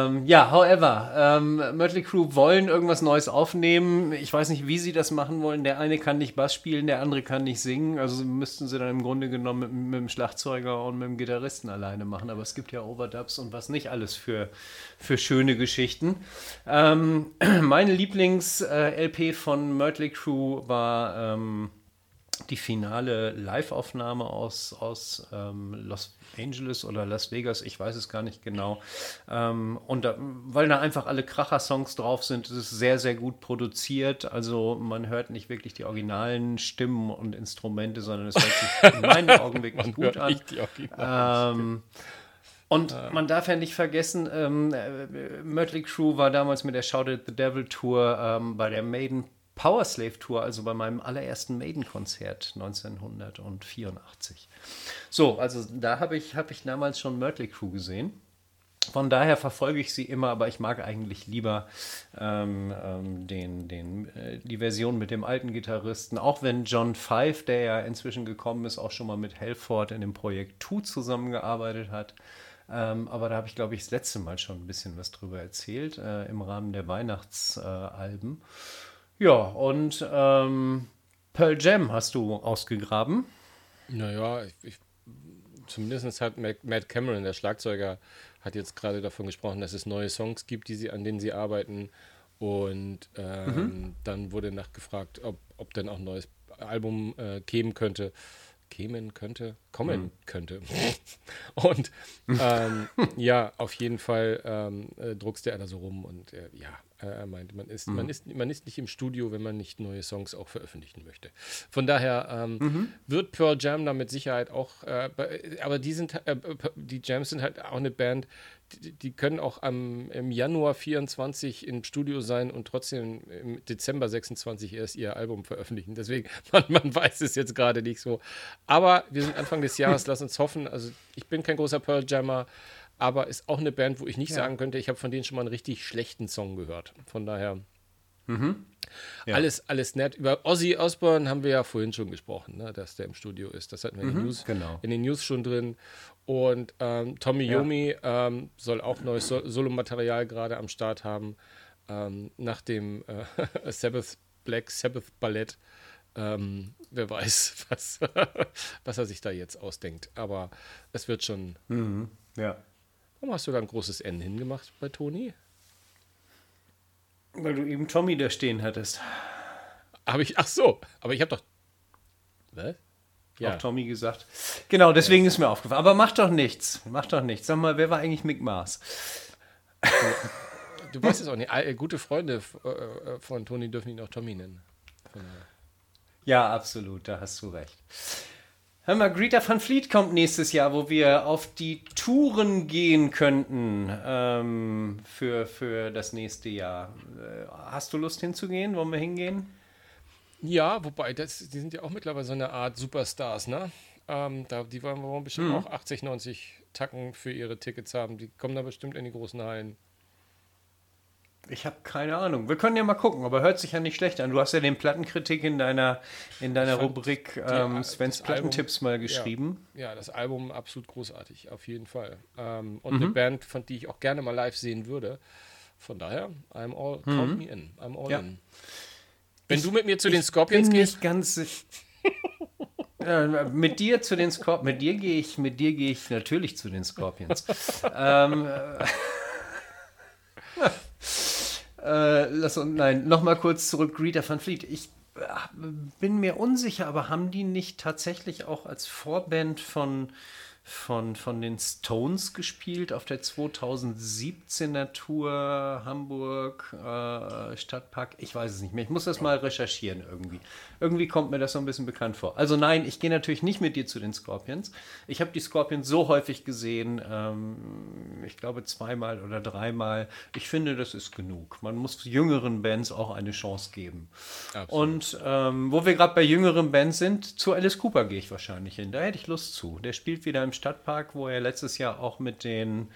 Mötley Crüe wollen irgendwas Neues aufnehmen. Ich weiß nicht, wie sie das machen wollen. Der eine kann nicht Bass spielen, der andere kann nicht singen. Also müssten sie dann im Grunde genommen mit dem Schlagzeuger und mit dem Gitarristen alleine machen. Aber es gibt ja Overdubs und was nicht alles für schöne Geschichten. Meine Lieblings-LP von Mötley Crüe war die finale Live-Aufnahme aus Los Angeles oder Las Vegas, ich weiß es gar nicht genau. Weil da einfach alle Kracher-Songs drauf sind, ist es sehr, sehr gut produziert. Also man hört nicht wirklich die originalen Stimmen und Instrumente, sondern es hört sich in meinen Augen wirklich gut an. Und man darf ja nicht vergessen, Mötley Crüe war damals mit der Shout at the Devil Tour bei der Maiden Powerslave Tour, also bei meinem allerersten Maiden-Konzert 1984. So, also da habe ich damals schon Mötley Crüe gesehen. Von daher verfolge ich sie immer, aber ich mag eigentlich lieber die Version mit dem alten Gitarristen. Auch wenn John Five, der ja inzwischen gekommen ist, auch schon mal mit Halford in dem Projekt 2 zusammengearbeitet hat. Aber da habe ich, glaube ich, das letzte Mal schon ein bisschen was drüber erzählt, im Rahmen der Weihnachtsalben. Ja, und Pearl Jam hast du ausgegraben. Naja, zumindest hat Matt Cameron, der Schlagzeuger, hat jetzt gerade davon gesprochen, dass es neue Songs gibt, an denen sie arbeiten. Und dann wurde nachgefragt, ob denn auch ein neues Album kommen könnte. Und ja, auf jeden Fall druckst der da so rum und er meint, man ist nicht im Studio, wenn man nicht neue Songs auch veröffentlichen möchte. Von daher wird Pearl Jam da mit Sicherheit auch, aber die Jams sind halt auch eine Band, die können auch im Januar 24 im Studio sein und trotzdem im Dezember 26 erst ihr Album veröffentlichen. Deswegen, man weiß es jetzt gerade nicht so. Aber wir sind Anfang des Jahres, lass uns hoffen. Also ich bin kein großer Pearl Jammer, aber ist auch eine Band, wo ich nicht sagen könnte, ich habe von denen schon mal einen richtig schlechten Song gehört. Von daher alles nett. Über Ozzy Osbourne haben wir ja vorhin schon gesprochen, ne, dass der im Studio ist. Das hatten wir in den News schon drin. Und Tommy Yomi soll auch neues Solomaterial gerade am Start haben. Nach dem Black Sabbath Ballett. Wer weiß, was er sich da jetzt ausdenkt. Aber es wird schon. Warum hast du da ein großes N hingemacht bei Toni? Weil du eben Tommy da stehen hattest. Aber ich habe doch. Was? Ja. Auch Tommy gesagt. Genau, deswegen ist mir aufgefallen. Aber mach doch nichts. Sag mal, wer war eigentlich Mick Mars? Du weißt es auch nicht. Gute Freunde von Toni dürfen ihn auch Tommy nennen. Ja, absolut, da hast du recht. Hör mal, Greta Van Fleet kommt nächstes Jahr, wo wir auf die Touren gehen könnten für das nächste Jahr. Hast du Lust hinzugehen? Wollen wir hingehen? Ja, wobei, die sind ja auch mittlerweile so eine Art Superstars, ne? Die wollen wir bestimmt auch 80, 90 Tacken für ihre Tickets haben. Die kommen da bestimmt in die großen Hallen. Ich habe keine Ahnung. Wir können ja mal gucken, aber hört sich ja nicht schlecht an. Du hast ja den Plattenkritik in deiner Rubrik Svens Plattentipps mal geschrieben. Ja, das Album absolut großartig, auf jeden Fall. Und eine Band, von die ich auch gerne mal live sehen würde. Von daher, count me in. I'm all in. Wenn du mit mir zu den Scorpions gehst. Nicht ganz mit dir zu den Scorpions. Mit dir gehe ich natürlich zu den Scorpions. Nochmal kurz zurück, Greta Van Fleet. Ich bin mir unsicher, aber haben die nicht tatsächlich auch als Vorband von den Stones gespielt auf der 2017er Tour Hamburg Stadtpark? Ich weiß es nicht mehr. Ich muss das mal recherchieren irgendwie. Irgendwie kommt mir das so ein bisschen bekannt vor. Also nein, ich gehe natürlich nicht mit dir zu den Scorpions. Ich habe die Scorpions so häufig gesehen, ich glaube 2-mal oder 3-mal. Ich finde, das ist genug. Man muss jüngeren Bands auch eine Chance geben. Absolut. Und wo wir gerade bei jüngeren Bands sind, zu Alice Cooper gehe ich wahrscheinlich hin. Da hätte ich Lust zu. Der spielt wieder im Stadtpark, wo er letztes Jahr auch mit den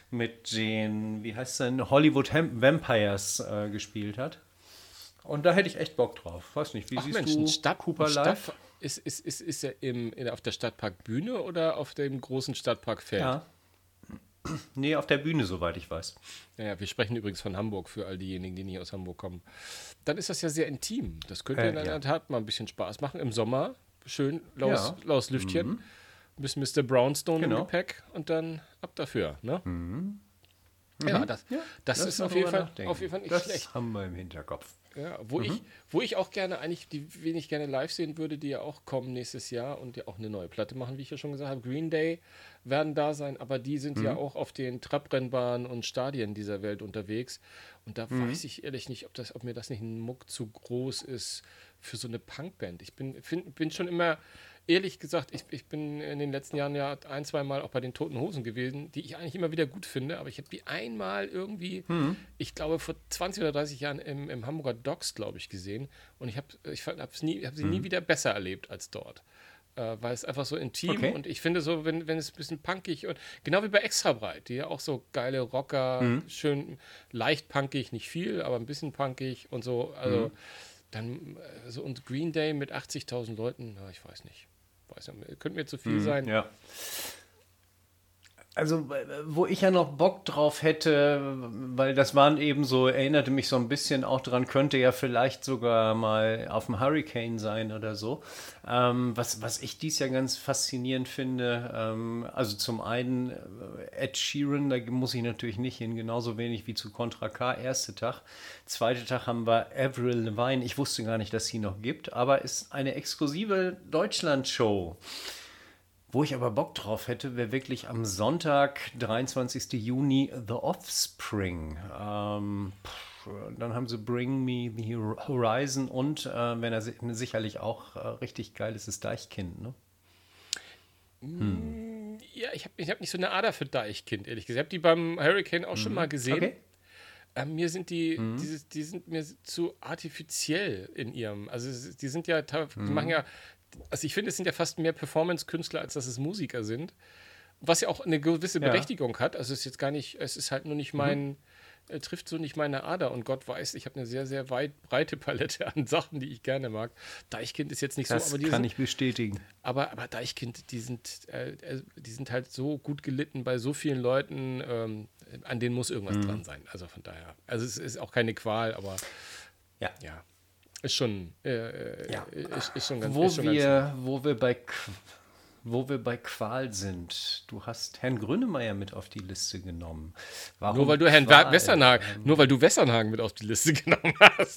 wie heißt es denn, Hollywood Vampires gespielt hat. Und da hätte ich echt Bock drauf. Weiß nicht, wie siehst du Cooper live? Ist er auf der Stadtparkbühne oder auf dem großen Stadtparkfeld? Ja. Nee, auf der Bühne, soweit ich weiß. Ja, wir sprechen übrigens von Hamburg für all diejenigen, die nicht aus Hamburg kommen. Dann ist das ja sehr intim. Das könnte in der Tat mal ein bisschen Spaß machen. Im Sommer schön laues Lüftchen. Ein bisschen Mr. Brownstone im Gepäck und dann ab dafür. Ne? Ja, das ist auf jeden Fall nicht das schlecht. Das haben wir im Hinterkopf. Ja, wo ich auch gerne eigentlich, wen ich gerne live sehen würde, die ja auch kommen nächstes Jahr und ja auch eine neue Platte machen, wie ich ja schon gesagt habe. Green Day werden da sein, aber die sind ja auch auf den Trabrennbahnen und Stadien dieser Welt unterwegs. Und da weiß ich ehrlich nicht, ob mir das nicht ein Muck zu groß ist für so eine Punkband. Ich bin schon immer, ehrlich gesagt, ich bin in den letzten Jahren ja 1-2 Mal auch bei den Toten Hosen gewesen, die ich eigentlich immer wieder gut finde, aber ich habe die einmal irgendwie, ich glaube vor 20 oder 30 Jahren im Hamburger Docks, glaube ich, gesehen und ich habe sie nie wieder besser erlebt als dort. Weil es einfach so intim und ich finde so, wenn es ein bisschen punkig und genau wie bei Extra Breit, die ja auch so geile Rocker, schön leicht punkig, nicht viel, aber ein bisschen punkig und so, also dann so und Green Day mit 80.000 Leuten, ich weiß nicht. Könnte mir zu viel sein. Ja. Also, wo ich ja noch Bock drauf hätte, weil das waren eben so, erinnerte mich so ein bisschen auch dran, könnte ja vielleicht sogar mal auf dem Hurricane sein oder so. Was ich dies Jahr ganz faszinierend finde, also zum einen Ed Sheeran, da muss ich natürlich nicht hin, genauso wenig wie zu Contra K, erster Tag. Zweiter Tag haben wir Avril Lavigne, ich wusste gar nicht, dass sie noch gibt, aber ist eine exklusive Deutschland-Show. Wo ich aber Bock drauf hätte, wäre wirklich am Sonntag, 23. Juni, The Offspring. Dann haben sie Bring Me the Horizon und, wenn er sicherlich auch richtig geil ist, ist Deichkind, ne? Ja, ich hab nicht so eine Ader für Deichkind, ehrlich gesagt. Ich habe die beim Hurricane auch schon mal gesehen. Okay. Mir sind die sind mir zu artifiziell in ihrem, also die sind ja, die machen ja, also ich finde, es sind ja fast mehr Performance-Künstler, als dass es Musiker sind. Was ja auch eine gewisse Berechtigung hat. Also es ist jetzt gar nicht, es ist halt nur nicht trifft so nicht meine Ader. Und Gott weiß, ich habe eine sehr, sehr breite Palette an Sachen, die ich gerne mag. Deichkind ist jetzt nicht das so, aber die kann ich bestätigen. Aber Deichkind, die sind halt so gut gelitten bei so vielen Leuten, an denen muss irgendwas dran sein. Also von daher. Also es ist auch keine Qual, aber ja. Ist schon, ist schon ganz Wo wir bei Qual sind, du hast Herrn Grönemeyer mit auf die Liste genommen. Warum nur weil du Herrn Westernhagen mit auf die Liste genommen hast.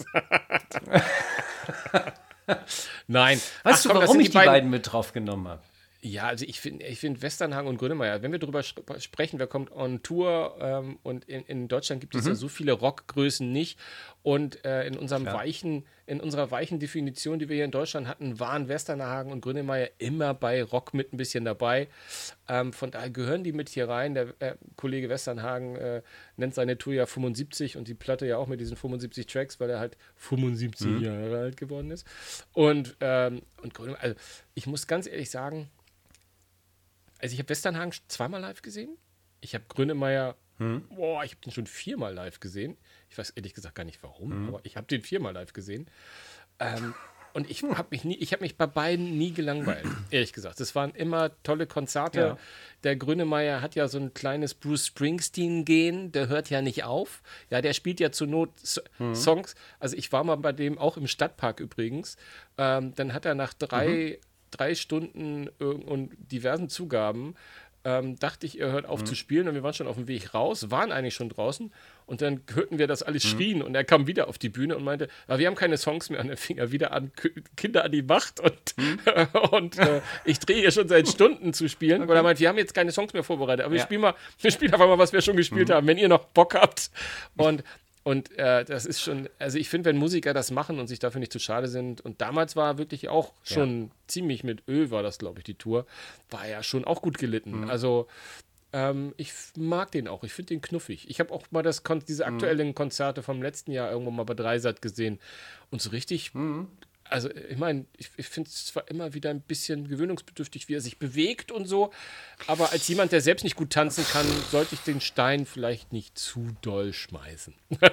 Nein. Weißt du, warum ich die beiden mit drauf genommen habe? Ja, also ich find Westernhagen und Grönemeyer, wenn wir darüber sprechen, wer kommt on Tour und in Deutschland gibt es ja so viele Rockgrößen nicht und in unserer weichen Definition, die wir hier in Deutschland hatten, waren Westernhagen und Grönemeyer immer bei Rock mit ein bisschen dabei. Von daher gehören die mit hier rein. Der Kollege Westernhagen nennt seine Tour ja 75 und die Platte ja auch mit diesen 75 Tracks, weil er halt 75 Jahre alt geworden ist. Und Grönemeyer, also ich muss ganz ehrlich sagen, also ich habe Westernhagen 2-mal live gesehen. Ich habe Grönemeyer Boah, ich habe den schon 4-mal live gesehen. Ich weiß ehrlich gesagt gar nicht warum, aber ich habe den 4-mal live gesehen. Und ich habe mich bei beiden nie gelangweilt, ehrlich gesagt. Es waren immer tolle Konzerte. Ja. Der Grönemeyer hat ja so ein kleines Bruce Springsteen-Gen, der hört ja nicht auf. Ja, der spielt ja zur Not Songs. Also ich war mal bei dem auch im Stadtpark übrigens. Dann hat er nach drei Stunden und diversen Zugaben dachte ich, er hört auf zu spielen und wir waren schon auf dem Weg raus, waren eigentlich schon draußen und dann hörten wir, dass alle schrien und er kam wieder auf die Bühne und meinte, wir haben keine Songs mehr und dann fing er wieder an, Kinder an die Macht und ich drehe hier schon seit Stunden zu spielen und er meinte, wir haben jetzt keine Songs mehr vorbereitet, aber wir spielen einfach mal, was wir schon gespielt haben, wenn ihr noch Bock habt und das ist schon, also ich finde, wenn Musiker das machen und sich dafür nicht zu schade sind, und damals war wirklich auch schon ziemlich mit Öl, war das, glaube ich, die Tour, war ja schon auch gut gelitten. Also ich mag den auch, ich finde den knuffig. Ich habe auch mal diese aktuellen Konzerte vom letzten Jahr irgendwo mal bei Dreisat gesehen und so richtig, also ich meine, ich finde es zwar immer wieder ein bisschen gewöhnungsbedürftig, wie er sich bewegt und so, aber als jemand, der selbst nicht gut tanzen kann, sollte ich den Stein vielleicht nicht zu doll schmeißen.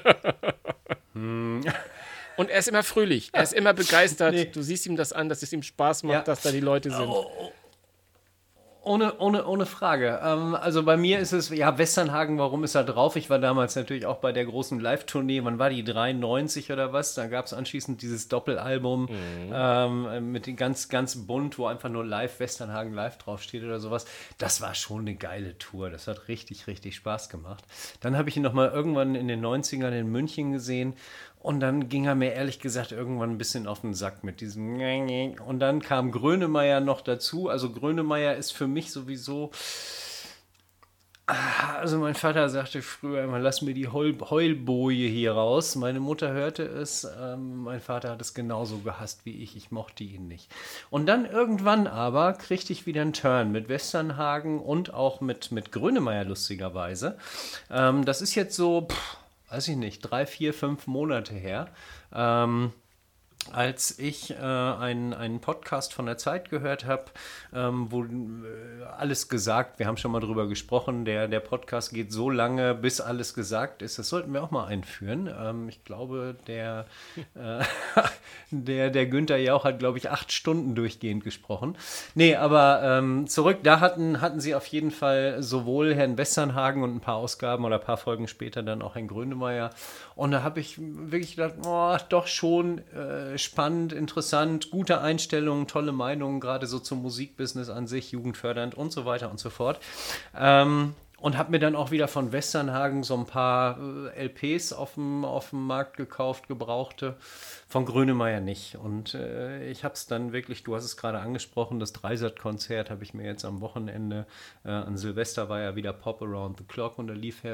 Und er ist immer fröhlich, er ist immer begeistert. Nee. Du siehst ihm das an, dass es ihm Spaß macht, dass da die Leute sind. Ohne Frage. Also bei mir ist es, Westernhagen, warum ist er drauf? Ich war damals natürlich auch bei der großen Live-Tournee, wann war die, 93 oder was? Da gab es anschließend dieses Doppelalbum mit den ganz bunt, wo einfach nur Westernhagen live draufsteht oder sowas. Das war schon eine geile Tour, das hat richtig, richtig Spaß gemacht. Dann habe ich ihn nochmal irgendwann in den 90ern in München gesehen. Und dann ging er mir ehrlich gesagt irgendwann ein bisschen auf den Sack mit diesem. Und dann kam Grönemeyer noch dazu. Also Grönemeyer ist für mich sowieso. Also mein Vater sagte früher immer, lass mir die Heulboje hier raus. Meine Mutter hörte es. Mein Vater hat es genauso gehasst wie ich. Ich mochte ihn nicht. Und dann irgendwann aber kriegte ich wieder einen Turn mit Westernhagen und auch mit Grönemeyer lustigerweise. Das ist jetzt so... weiß ich nicht, 3, 4, 5 Monate her, als ich einen Podcast von der Zeit gehört habe, wo alles gesagt, wir haben schon mal drüber gesprochen, der Podcast geht so lange, bis alles gesagt ist. Das sollten wir auch mal einführen. Ich glaube, der Günther Jauch hat, glaube ich, 8 Stunden durchgehend gesprochen. Nee, aber zurück, da hatten sie auf jeden Fall sowohl Herrn Westernhagen und ein paar Ausgaben oder ein paar Folgen später dann auch Herrn Grönemeyer. Und da habe ich wirklich gedacht, doch schon spannend, interessant, gute Einstellungen, tolle Meinungen, gerade so zum Musikbusiness an sich, jugendfördernd und so weiter und so fort. Und habe mir dann auch wieder von Westernhagen so ein paar LPs auf dem Markt gekauft, gebrauchte. Von Grönemeyer nicht. Und ich habe es dann wirklich, du hast es gerade angesprochen, das Dreisat-Konzert habe ich mir jetzt am Wochenende, an Silvester war ja wieder Pop Around the Clock und da lief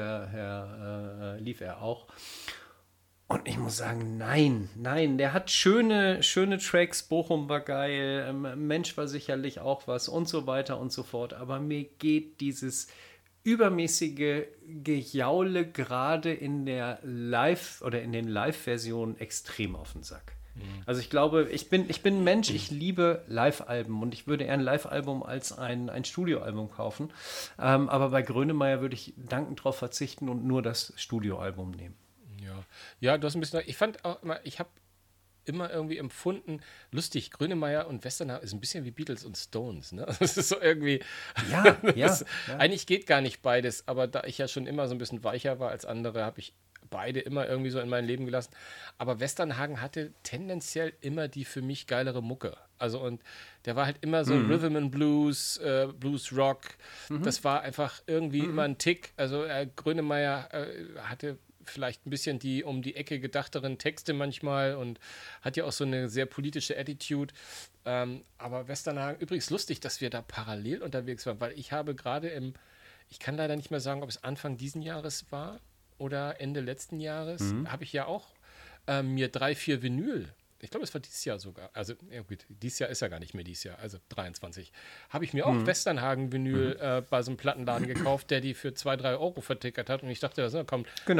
er auch. Und ich muss sagen, nein, der hat schöne Tracks, Bochum war geil, Mensch war sicherlich auch was und so weiter und so fort. Aber mir geht dieses übermäßige Gejaule gerade in der Live- oder in den Live-Versionen extrem auf den Sack. Also ich glaube, ich bin ein Mensch, ich liebe Live-Alben und ich würde eher ein Live-Album als ein Studioalbum kaufen. Aber bei Grönemeyer würde ich dankend darauf verzichten und nur das Studioalbum nehmen. Ja, du hast ein bisschen, ich fand auch immer, ich habe immer irgendwie empfunden, lustig, Grönemeyer und Westernhagen ist ein bisschen wie Beatles und Stones, ne? Das ist so irgendwie, ja. Eigentlich geht gar nicht beides, aber da ich ja schon immer so ein bisschen weicher war als andere, habe ich beide immer irgendwie so in mein Leben gelassen. Aber Westernhagen hatte tendenziell immer die für mich geilere Mucke. Also und der war halt immer so Rhythm and Blues, Blues Rock. Das war einfach irgendwie immer ein Tick. Also Grönemeyer hatte vielleicht ein bisschen die um die Ecke gedachteren Texte manchmal und hat ja auch so eine sehr politische Attitude. Aber Westernhagen, übrigens lustig, dass wir da parallel unterwegs waren, weil ich habe gerade ich kann leider nicht mehr sagen, ob es Anfang diesen Jahres war oder Ende letzten Jahres, habe ich ja auch mir 3, 4 Vinyl, ich glaube, es war dieses Jahr sogar, also ja gut, dieses Jahr ist ja gar nicht mehr dieses Jahr, also 23, habe ich mir auch Westernhagen-Vinyl bei so einem Plattenladen gekauft, der die für 2, 3 Euro vertickert hat und ich dachte, da sind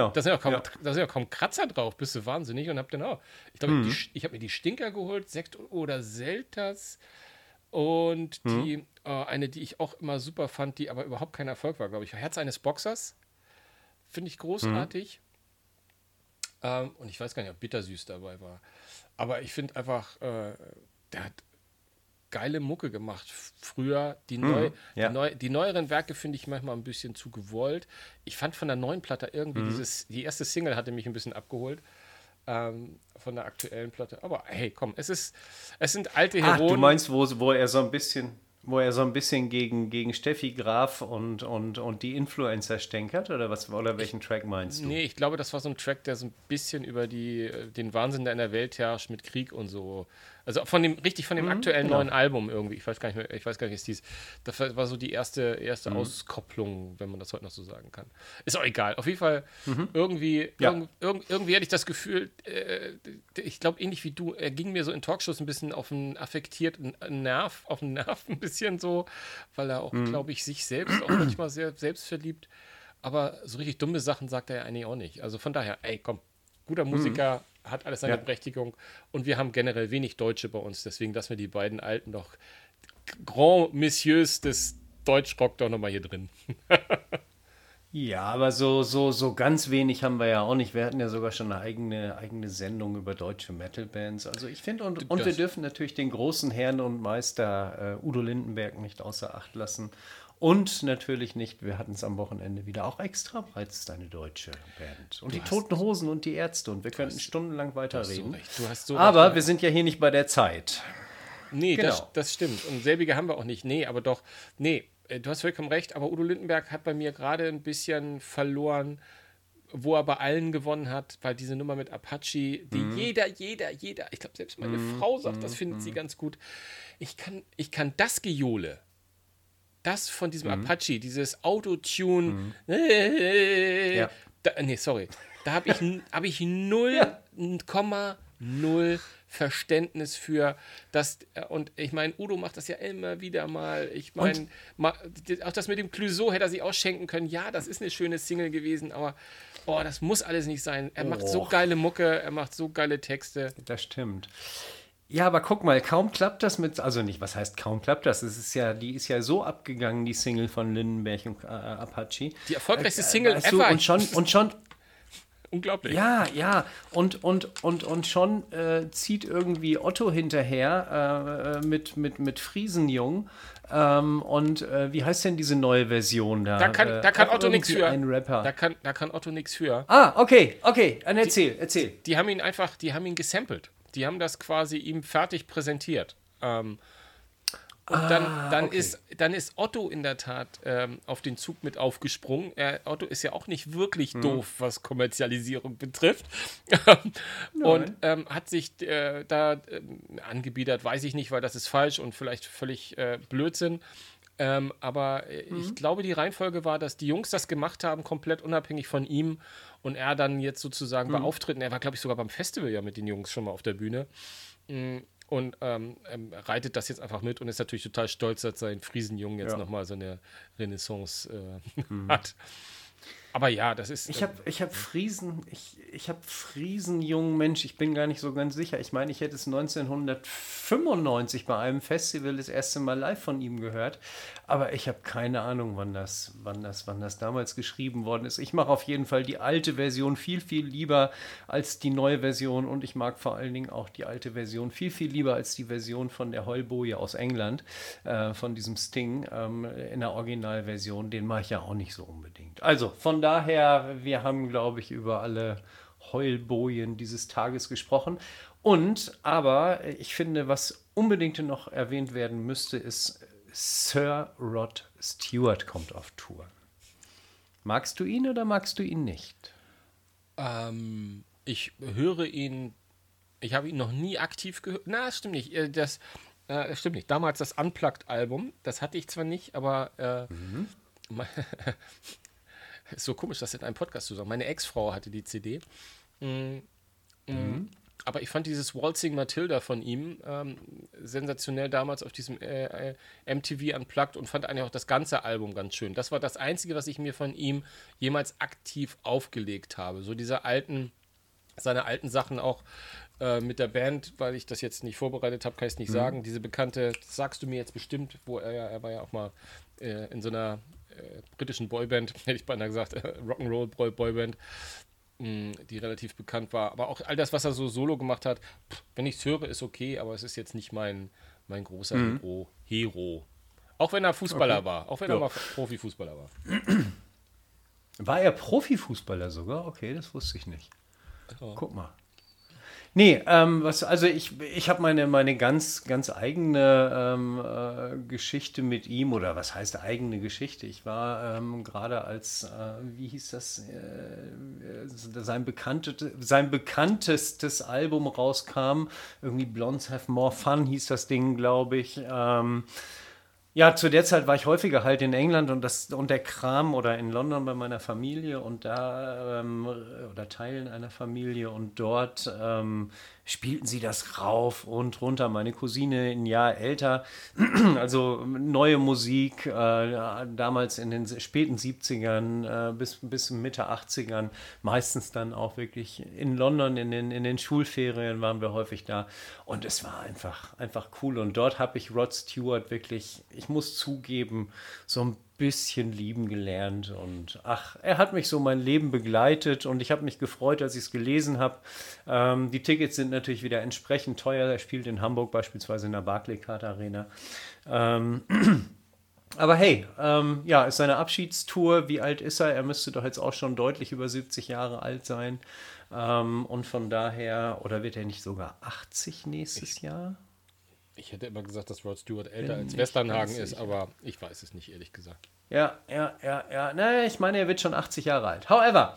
ja kaum Kratzer drauf, bist du wahnsinnig und habe dann auch, ich glaube, ich habe mir die Stinker geholt, Sekt oder Selters und die, eine, die ich auch immer super fand, die aber überhaupt kein Erfolg war, glaube ich, Herz eines Boxers. finde ich großartig. Und ich weiß gar nicht, ob Bittersüß dabei war. Aber ich finde einfach, der hat geile Mucke gemacht. Früher, die neueren Werke finde ich manchmal ein bisschen zu gewollt. Ich fand von der neuen Platte irgendwie die erste Single hatte mich ein bisschen abgeholt. Von der aktuellen Platte. Aber hey, komm, es sind alte Heroen. Du meinst, wo er so ein bisschen gegen Steffi Graf und die Influencer stänkert, oder was? Oder welchen Track meinst du? Nee, ich glaube, das war so ein Track, der so ein bisschen über den Wahnsinn, der in der Welt herrscht, mit Krieg und so. Also von dem aktuellen neuen Album irgendwie. Ich weiß gar nicht, wie es hieß. Das war so die erste Auskopplung, wenn man das heute noch so sagen kann. Ist auch egal. Auf jeden Fall irgendwie hatte ich das Gefühl, ich glaube, ähnlich wie du, er ging mir so in Talkshows ein bisschen auf einen affektierten Nerv ein bisschen so, weil er auch, glaube ich, sich selbst auch manchmal sehr selbstverliebt. Aber so richtig dumme Sachen sagt er ja eigentlich auch nicht. Also von daher, ey, komm, guter Musiker, hat alles seine Berechtigung. Und wir haben generell wenig Deutsche bei uns. Deswegen lassen wir die beiden Alten doch Grand Messieurs des Deutschrock doch nochmal hier drin. Ja, aber so ganz wenig haben wir ja auch nicht. Wir hatten ja sogar schon eine eigene Sendung über deutsche Metal-Bands. Also ich finde, und wir dürfen natürlich den großen Herrn und Meister Udo Lindenberg nicht außer Acht lassen. Und natürlich nicht, wir hatten es am Wochenende wieder, auch extra bereits eine deutsche Band. Und die Toten Hosen und die Ärzte. Und wir könnten stundenlang weiterreden. Du hast so aber recht. Wir sind ja hier nicht bei der Zeit. Nee, Genau. das stimmt. Und selbige haben wir auch nicht. Nee, aber doch. Nee, du hast vollkommen recht. Aber Udo Lindenberg hat bei mir gerade ein bisschen verloren, wo er bei allen gewonnen hat, weil diese Nummer mit Apache, die jeder, ich glaube selbst meine Frau sagt, das findet sie ganz gut. Ich kann das Gejohle, das von diesem Apache, dieses Autotune, da habe ich 0,0 Verständnis für das. Und ich meine, Udo macht das ja immer wieder mal. Ich meine, auch das mit dem Clouseau hätte er sich ausschenken können. Ja, das ist eine schöne Single gewesen, aber das muss alles nicht sein. Er macht so geile Mucke, er macht so geile Texte. Das stimmt. Ja, aber guck mal, kaum klappt das also nicht, was heißt kaum klappt das? Die ist ja so abgegangen, die Single von Lindenberg und Apache. Die erfolgreichste Single ever. Und schon unglaublich. Ja. Und schon zieht irgendwie Otto hinterher mit Friesenjung. Wie heißt denn diese neue Version da? Da kann Otto nichts für. Ein Rapper. Da kann Otto nichts für. Okay. Dann erzähl. Die haben ihn gesampelt. Die haben das quasi ihm fertig präsentiert. Und dann ist Otto in der Tat auf den Zug mit aufgesprungen. Otto ist ja auch nicht wirklich doof, was Kommerzialisierung betrifft. Und hat sich da angebiedert, weiß ich nicht, weil das ist falsch und vielleicht völlig Blödsinn. Aber ich glaube, die Reihenfolge war, dass die Jungs das gemacht haben, komplett unabhängig von ihm. Und er dann jetzt sozusagen bei Auftritten, er war, glaube ich, sogar beim Festival ja mit den Jungs schon mal auf der Bühne. Und reitet das jetzt einfach mit und ist natürlich total stolz, dass sein Friesenjungen jetzt nochmal so eine Renaissance hat. Aber ja, das ist... Ich hab Friesenjungen, Mensch, ich bin gar nicht so ganz sicher. Ich meine, ich hätte es 1995 bei einem Festival das erste Mal live von ihm gehört. Aber ich habe keine Ahnung, wann das damals geschrieben worden ist. Ich mache auf jeden Fall die alte Version viel, viel lieber als die neue Version. Und ich mag vor allen Dingen auch die alte Version viel, viel lieber als die Version von der Heulboje aus England, von diesem Sting in der Originalversion. Den mache ich ja auch nicht so unbedingt. Also, von daher, wir haben, glaube ich, über alle Heulbojen dieses Tages gesprochen. Aber ich finde, was unbedingt noch erwähnt werden müsste, ist Sir Rod Stewart kommt auf Tour. Magst du ihn oder magst du ihn nicht? Ich höre ihn, ich habe ihn noch nie aktiv gehört. Na, das stimmt nicht. Das stimmt nicht. Damals das Unplugged-Album, das hatte ich zwar nicht, aber ist so komisch, das in einem Podcast zu sagen. Meine Ex-Frau hatte die CD. Aber ich fand dieses Waltzing Matilda von ihm sensationell damals auf diesem MTV Unplugged und fand eigentlich auch das ganze Album ganz schön. Das war das Einzige, was ich mir von ihm jemals aktiv aufgelegt habe. So seine alten Sachen auch mit der Band, weil ich das jetzt nicht vorbereitet habe, kann ich es nicht sagen. Diese bekannte, das sagst du mir jetzt bestimmt, wo er war ja auch mal in so einer britischen Boyband, hätte ich beinahe gesagt, Rock'n'Roll Boyband, die relativ bekannt war. Aber auch all das, was er so solo gemacht hat, wenn ich es höre, ist okay, aber es ist jetzt nicht mein großer Hero. Auch wenn er Fußballer war, auch wenn er mal Profifußballer war. War er Profifußballer sogar? Okay, das wusste ich nicht. Ja. Guck mal. Nee, ich habe meine ganz eigene Geschichte mit ihm, oder was heißt eigene Geschichte? Ich war gerade als, wie hieß das, sein bekanntestes Album rauskam, irgendwie Blondes Have More Fun hieß das Ding, glaube ich. Ja, zu der Zeit war ich häufiger halt in England und der Kram oder in London bei meiner Familie und da oder Teilen einer Familie und dort spielten sie das rauf und runter. Meine Cousine ein Jahr älter, also neue Musik, damals in den späten 70ern bis Mitte 80ern, meistens dann auch wirklich in London in den Schulferien waren wir häufig da und es war einfach cool und dort habe ich Rod Stewart wirklich, ich muss zugeben, so ein bisschen lieben gelernt und er hat mich so mein Leben begleitet und ich habe mich gefreut, als ich es gelesen habe. Die Tickets sind natürlich wieder entsprechend teuer. Er spielt in Hamburg beispielsweise in der Barclaycard Arena. Aber hey, ist seine Abschiedstour. Wie alt ist er? Er müsste doch jetzt auch schon deutlich über 70 Jahre alt sein. Und von daher, oder wird er nicht sogar 80 nächstes Jahr? Ich hätte immer gesagt, dass Rod Stewart älter als Westernhagen ist, aber ich weiß es nicht, ehrlich gesagt. Ja. Naja, ich meine, er wird schon 80 Jahre alt. However,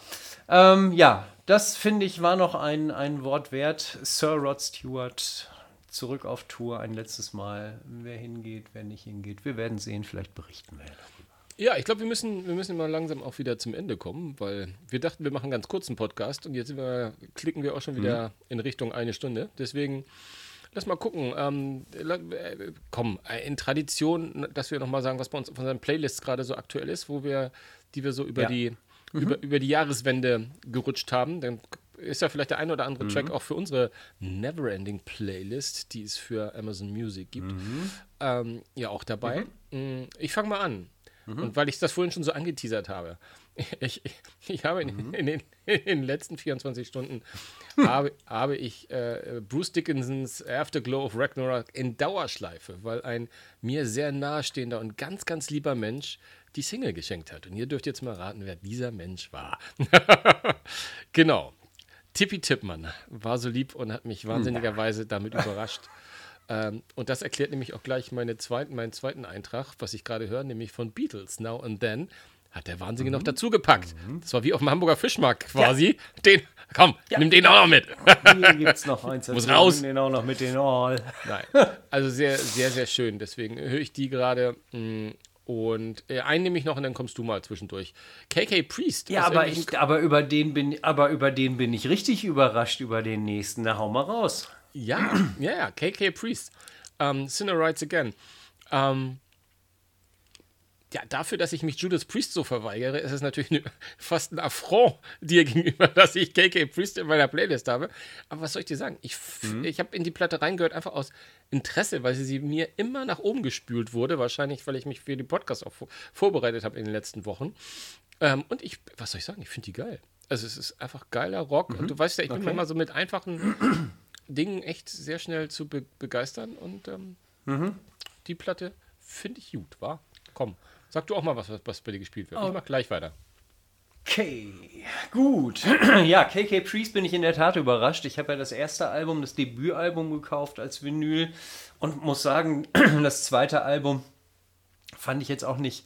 das finde ich war noch ein Wort wert. Sir Rod Stewart zurück auf Tour ein letztes Mal. Wer hingeht, wer nicht hingeht. Wir werden sehen, vielleicht berichten wir darüber. Ja, ich glaube, wir müssen mal langsam auch wieder zum Ende kommen, weil wir dachten, wir machen einen ganz kurzen Podcast und jetzt klicken wir auch schon wieder in Richtung 1 Stunde. Deswegen lass mal gucken. In Tradition, dass wir nochmal sagen, was bei uns auf unseren Playlists gerade so aktuell ist, die wir so über die Jahreswende gerutscht haben. Dann ist ja vielleicht der ein oder andere Track auch für unsere Neverending Playlist, die es für Amazon Music gibt, auch dabei. Ich fange mal an. Und weil ich das vorhin schon so angeteasert habe, ich habe in den letzten 24 Stunden habe ich Bruce Dickinsons Afterglow of Ragnarok in Dauerschleife, weil ein mir sehr nahestehender und ganz, ganz lieber Mensch die Single geschenkt hat. Und ihr dürft jetzt mal raten, wer dieser Mensch war. Genau. Tippi Tippmann war so lieb und hat mich wahnsinnigerweise damit überrascht. Und das erklärt nämlich auch gleich meinen zweiten Eintrag, was ich gerade höre, nämlich von Beatles, Now and Then, hat der Wahnsinnige noch dazu gepackt. Das war wie auf dem Hamburger Fischmarkt quasi. Ja. Nimm den auch noch mit. Hier gibt es noch eins. Muss raus. Nimm den auch noch mit den All. Nein, also sehr, sehr, sehr schön. Deswegen höre ich die gerade. Und einen nehme ich noch und dann kommst du mal zwischendurch. KK Priest. Ja, aber über den bin ich richtig überrascht, über den nächsten. Na, hau mal raus. Ja, KK Priest. Sinner Rides Again. Dafür, dass ich mich Judas Priest so verweigere, ist es natürlich fast ein Affront dir gegenüber, dass ich KK Priest in meiner Playlist habe. Aber was soll ich dir sagen? Ich habe in die Platte reingehört, einfach aus Interesse, weil sie mir immer nach oben gespült wurde. Wahrscheinlich, weil ich mich für die Podcasts auch vorbereitet habe in den letzten Wochen. Und was soll ich sagen? Ich finde die geil. Also es ist einfach geiler Rock. Und du weißt ja, ich bin manchmal so mit einfachen Dingen echt sehr schnell zu begeistern. Und die Platte finde ich gut, wa? Komm. Sag du auch mal, was bei dir gespielt wird. Ich mach gleich weiter. Okay, gut. Ja, KK Priest bin ich in der Tat überrascht. Ich habe ja das erste Album, das Debütalbum gekauft als Vinyl und muss sagen, das zweite Album fand ich jetzt auch nicht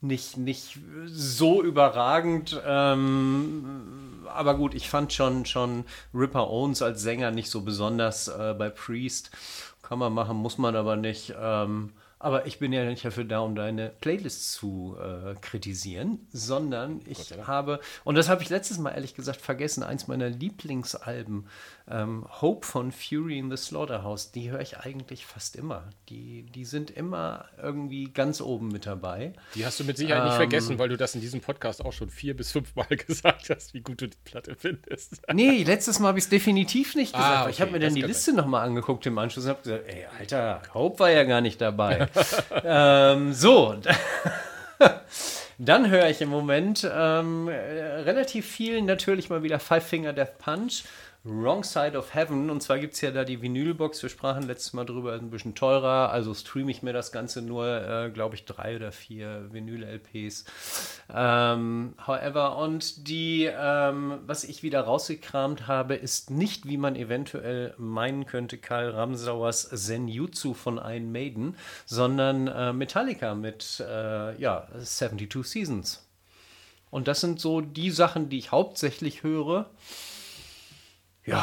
so überragend. Aber gut, ich fand schon Ripper Owens als Sänger nicht so besonders bei Priest. Kann man machen, muss man aber nicht. Aber ich bin ja nicht dafür da, um deine Playlist zu kritisieren, sondern ich habe, und das habe ich letztes Mal ehrlich gesagt vergessen, eins meiner Lieblingsalben, Hope von Fury in the Slaughterhouse, die höre ich eigentlich fast immer. Die sind immer irgendwie ganz oben mit dabei. Die hast du mit Sicherheit nicht vergessen, weil du das in diesem Podcast auch schon 4 bis 5 Mal gesagt hast, wie gut du die Platte findest. Nee, letztes Mal habe ich es definitiv nicht gesagt. Okay, ich habe mir dann die Liste nochmal angeguckt im Anschluss und habe gesagt, ey, Alter, Hope war ja gar nicht dabei. So. Dann höre ich im Moment relativ viel natürlich mal wieder Five Finger Death Punch, Wrong Side of Heaven. Und zwar gibt es ja da die Vinylbox, wir sprachen letztes Mal drüber, ist ein bisschen teurer. Also streame ich mir das Ganze nur, glaube ich, 3 oder 4 Vinyl-LPs. However, und die, was ich wieder rausgekramt habe, ist nicht, wie man eventuell meinen könnte, Karl Ramsauers Zenjutsu von Iron Maiden, sondern Metallica mit 72 Seasons. Und das sind so die Sachen, die ich hauptsächlich höre. Ja.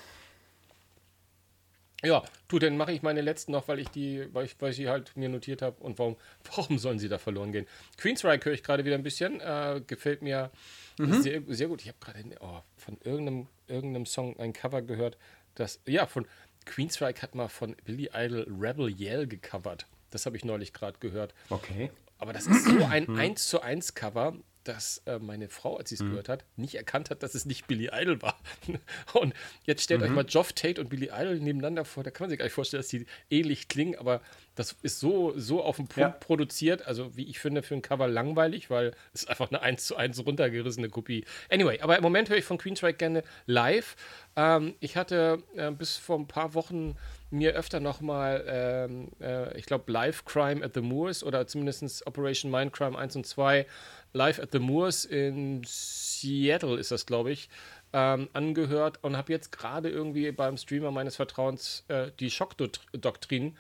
Ja, du, dann mache ich meine letzten noch, weil ich sie halt mir notiert habe. Und warum sollen sie da verloren gehen? Queensryche höre ich gerade wieder ein bisschen. Gefällt mir sehr, sehr gut. Ich habe gerade von irgendeinem Song ein Cover gehört. Von Queensryche hat mal von Billy Idol Rebel Yell gecovert. Das habe ich neulich gerade gehört. Okay. Aber das ist so ein 1:1 Cover, dass meine Frau, als sie es gehört hat, nicht erkannt hat, dass es nicht Billy Idol war. Und jetzt stellt euch mal Geoff Tate und Billy Idol nebeneinander vor. Da kann man sich gar nicht vorstellen, dass die ähnlich klingen, aber das ist so auf den Punkt produziert. Also, wie ich finde, für ein Cover langweilig, weil es ist einfach eine 1:1 runtergerissene Kopie. Anyway, aber im Moment höre ich von Queensryche gerne live. Ich hatte bis vor ein paar Wochen mir öfter nochmal, ich glaube, Live Crime at the Moors oder zumindest Operation Mindcrime 1 und 2, Live at the Moors in Seattle ist das, glaube ich, angehört und habe jetzt gerade irgendwie beim Streamer meines Vertrauens die Schockdoktrin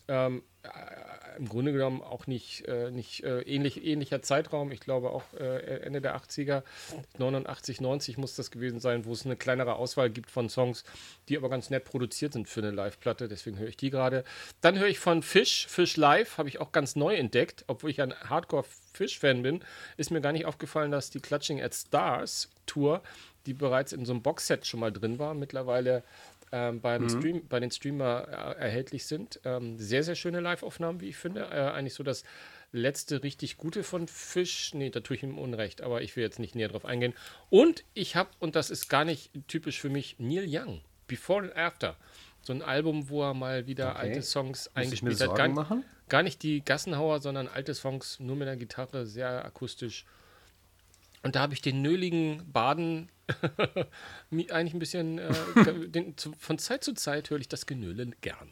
im Grunde genommen auch nicht ähnlicher Zeitraum. Ich glaube auch Ende der 80er, 89, 90 muss das gewesen sein, wo es eine kleinere Auswahl gibt von Songs, die aber ganz nett produziert sind für eine Live-Platte. Deswegen höre ich die gerade. Dann höre ich von Fish Live, habe ich auch ganz neu entdeckt, obwohl ich ein Hardcore-Fish-Fan bin. Ist mir gar nicht aufgefallen, dass die Clutching at Stars Tour, die bereits in so einem Boxset schon mal drin war, mittlerweile bei den Streamer erhältlich sind. Sehr, sehr schöne Live-Aufnahmen, wie ich finde. Eigentlich so das letzte richtig gute von Fish. Nee, da tue ich ihm Unrecht, aber ich will jetzt nicht näher drauf eingehen. Und ich habe, und das ist gar nicht typisch für mich, Neil Young, Before and After. So ein Album, wo er mal wieder alte Songs eingespielt hat. Gar nicht die Gassenhauer, sondern alte Songs, nur mit der Gitarre, sehr akustisch. Und da habe ich den nöligen Baden eigentlich ein bisschen, von Zeit zu Zeit höre ich das Genöle gern.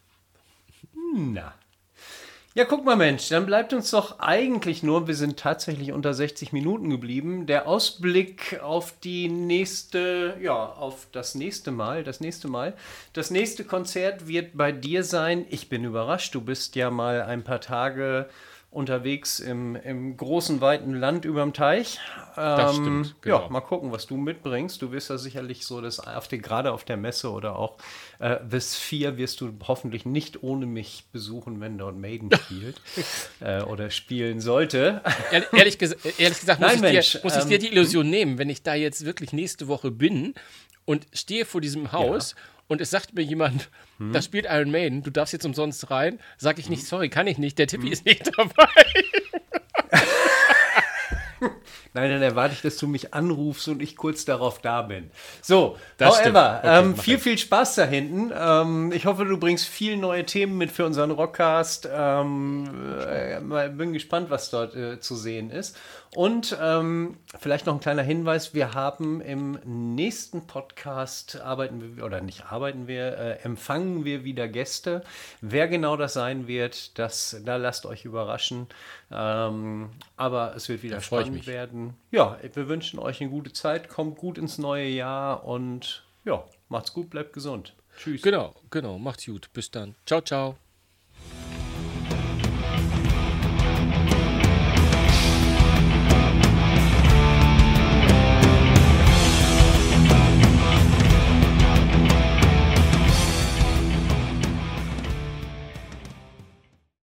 Na. Ja, guck mal, Mensch, dann bleibt uns doch eigentlich nur, wir sind tatsächlich unter 60 Minuten geblieben, der Ausblick auf auf das nächste Mal. Das nächste Konzert wird bei dir sein. Ich bin überrascht, du bist ja mal ein paar Tage unterwegs im großen, weiten Land überm Teich. Das stimmt, genau. Ja, mal gucken, was du mitbringst. Du wirst ja sicherlich so, gerade auf der Messe oder auch The Sphere wirst du hoffentlich nicht ohne mich besuchen, wenn dort Maiden spielt oder spielen sollte. Ehrlich gesagt muss ich dir die Illusion nehmen, wenn ich da jetzt wirklich nächste Woche bin und stehe vor diesem Haus und es sagt mir jemand, da spielt Iron Maiden, du darfst jetzt umsonst rein, sage ich nicht, sorry, kann ich nicht, der Tippi ist nicht dabei. Nein, dann erwarte ich, dass du mich anrufst und ich kurz darauf da bin. So, das however, okay, viel Spaß da hinten. Ich hoffe, du bringst viele neue Themen mit für unseren Rockcast. Bin gespannt, was dort zu sehen ist. Und vielleicht noch ein kleiner Hinweis, wir haben im nächsten Podcast empfangen wir wieder Gäste. Wer genau das sein wird, da lasst euch überraschen. Aber es wird wieder spannend werden. Ja, wir wünschen euch eine gute Zeit, kommt gut ins neue Jahr und ja, macht's gut, bleibt gesund. Tschüss. Genau, macht's gut. Bis dann. Ciao, ciao.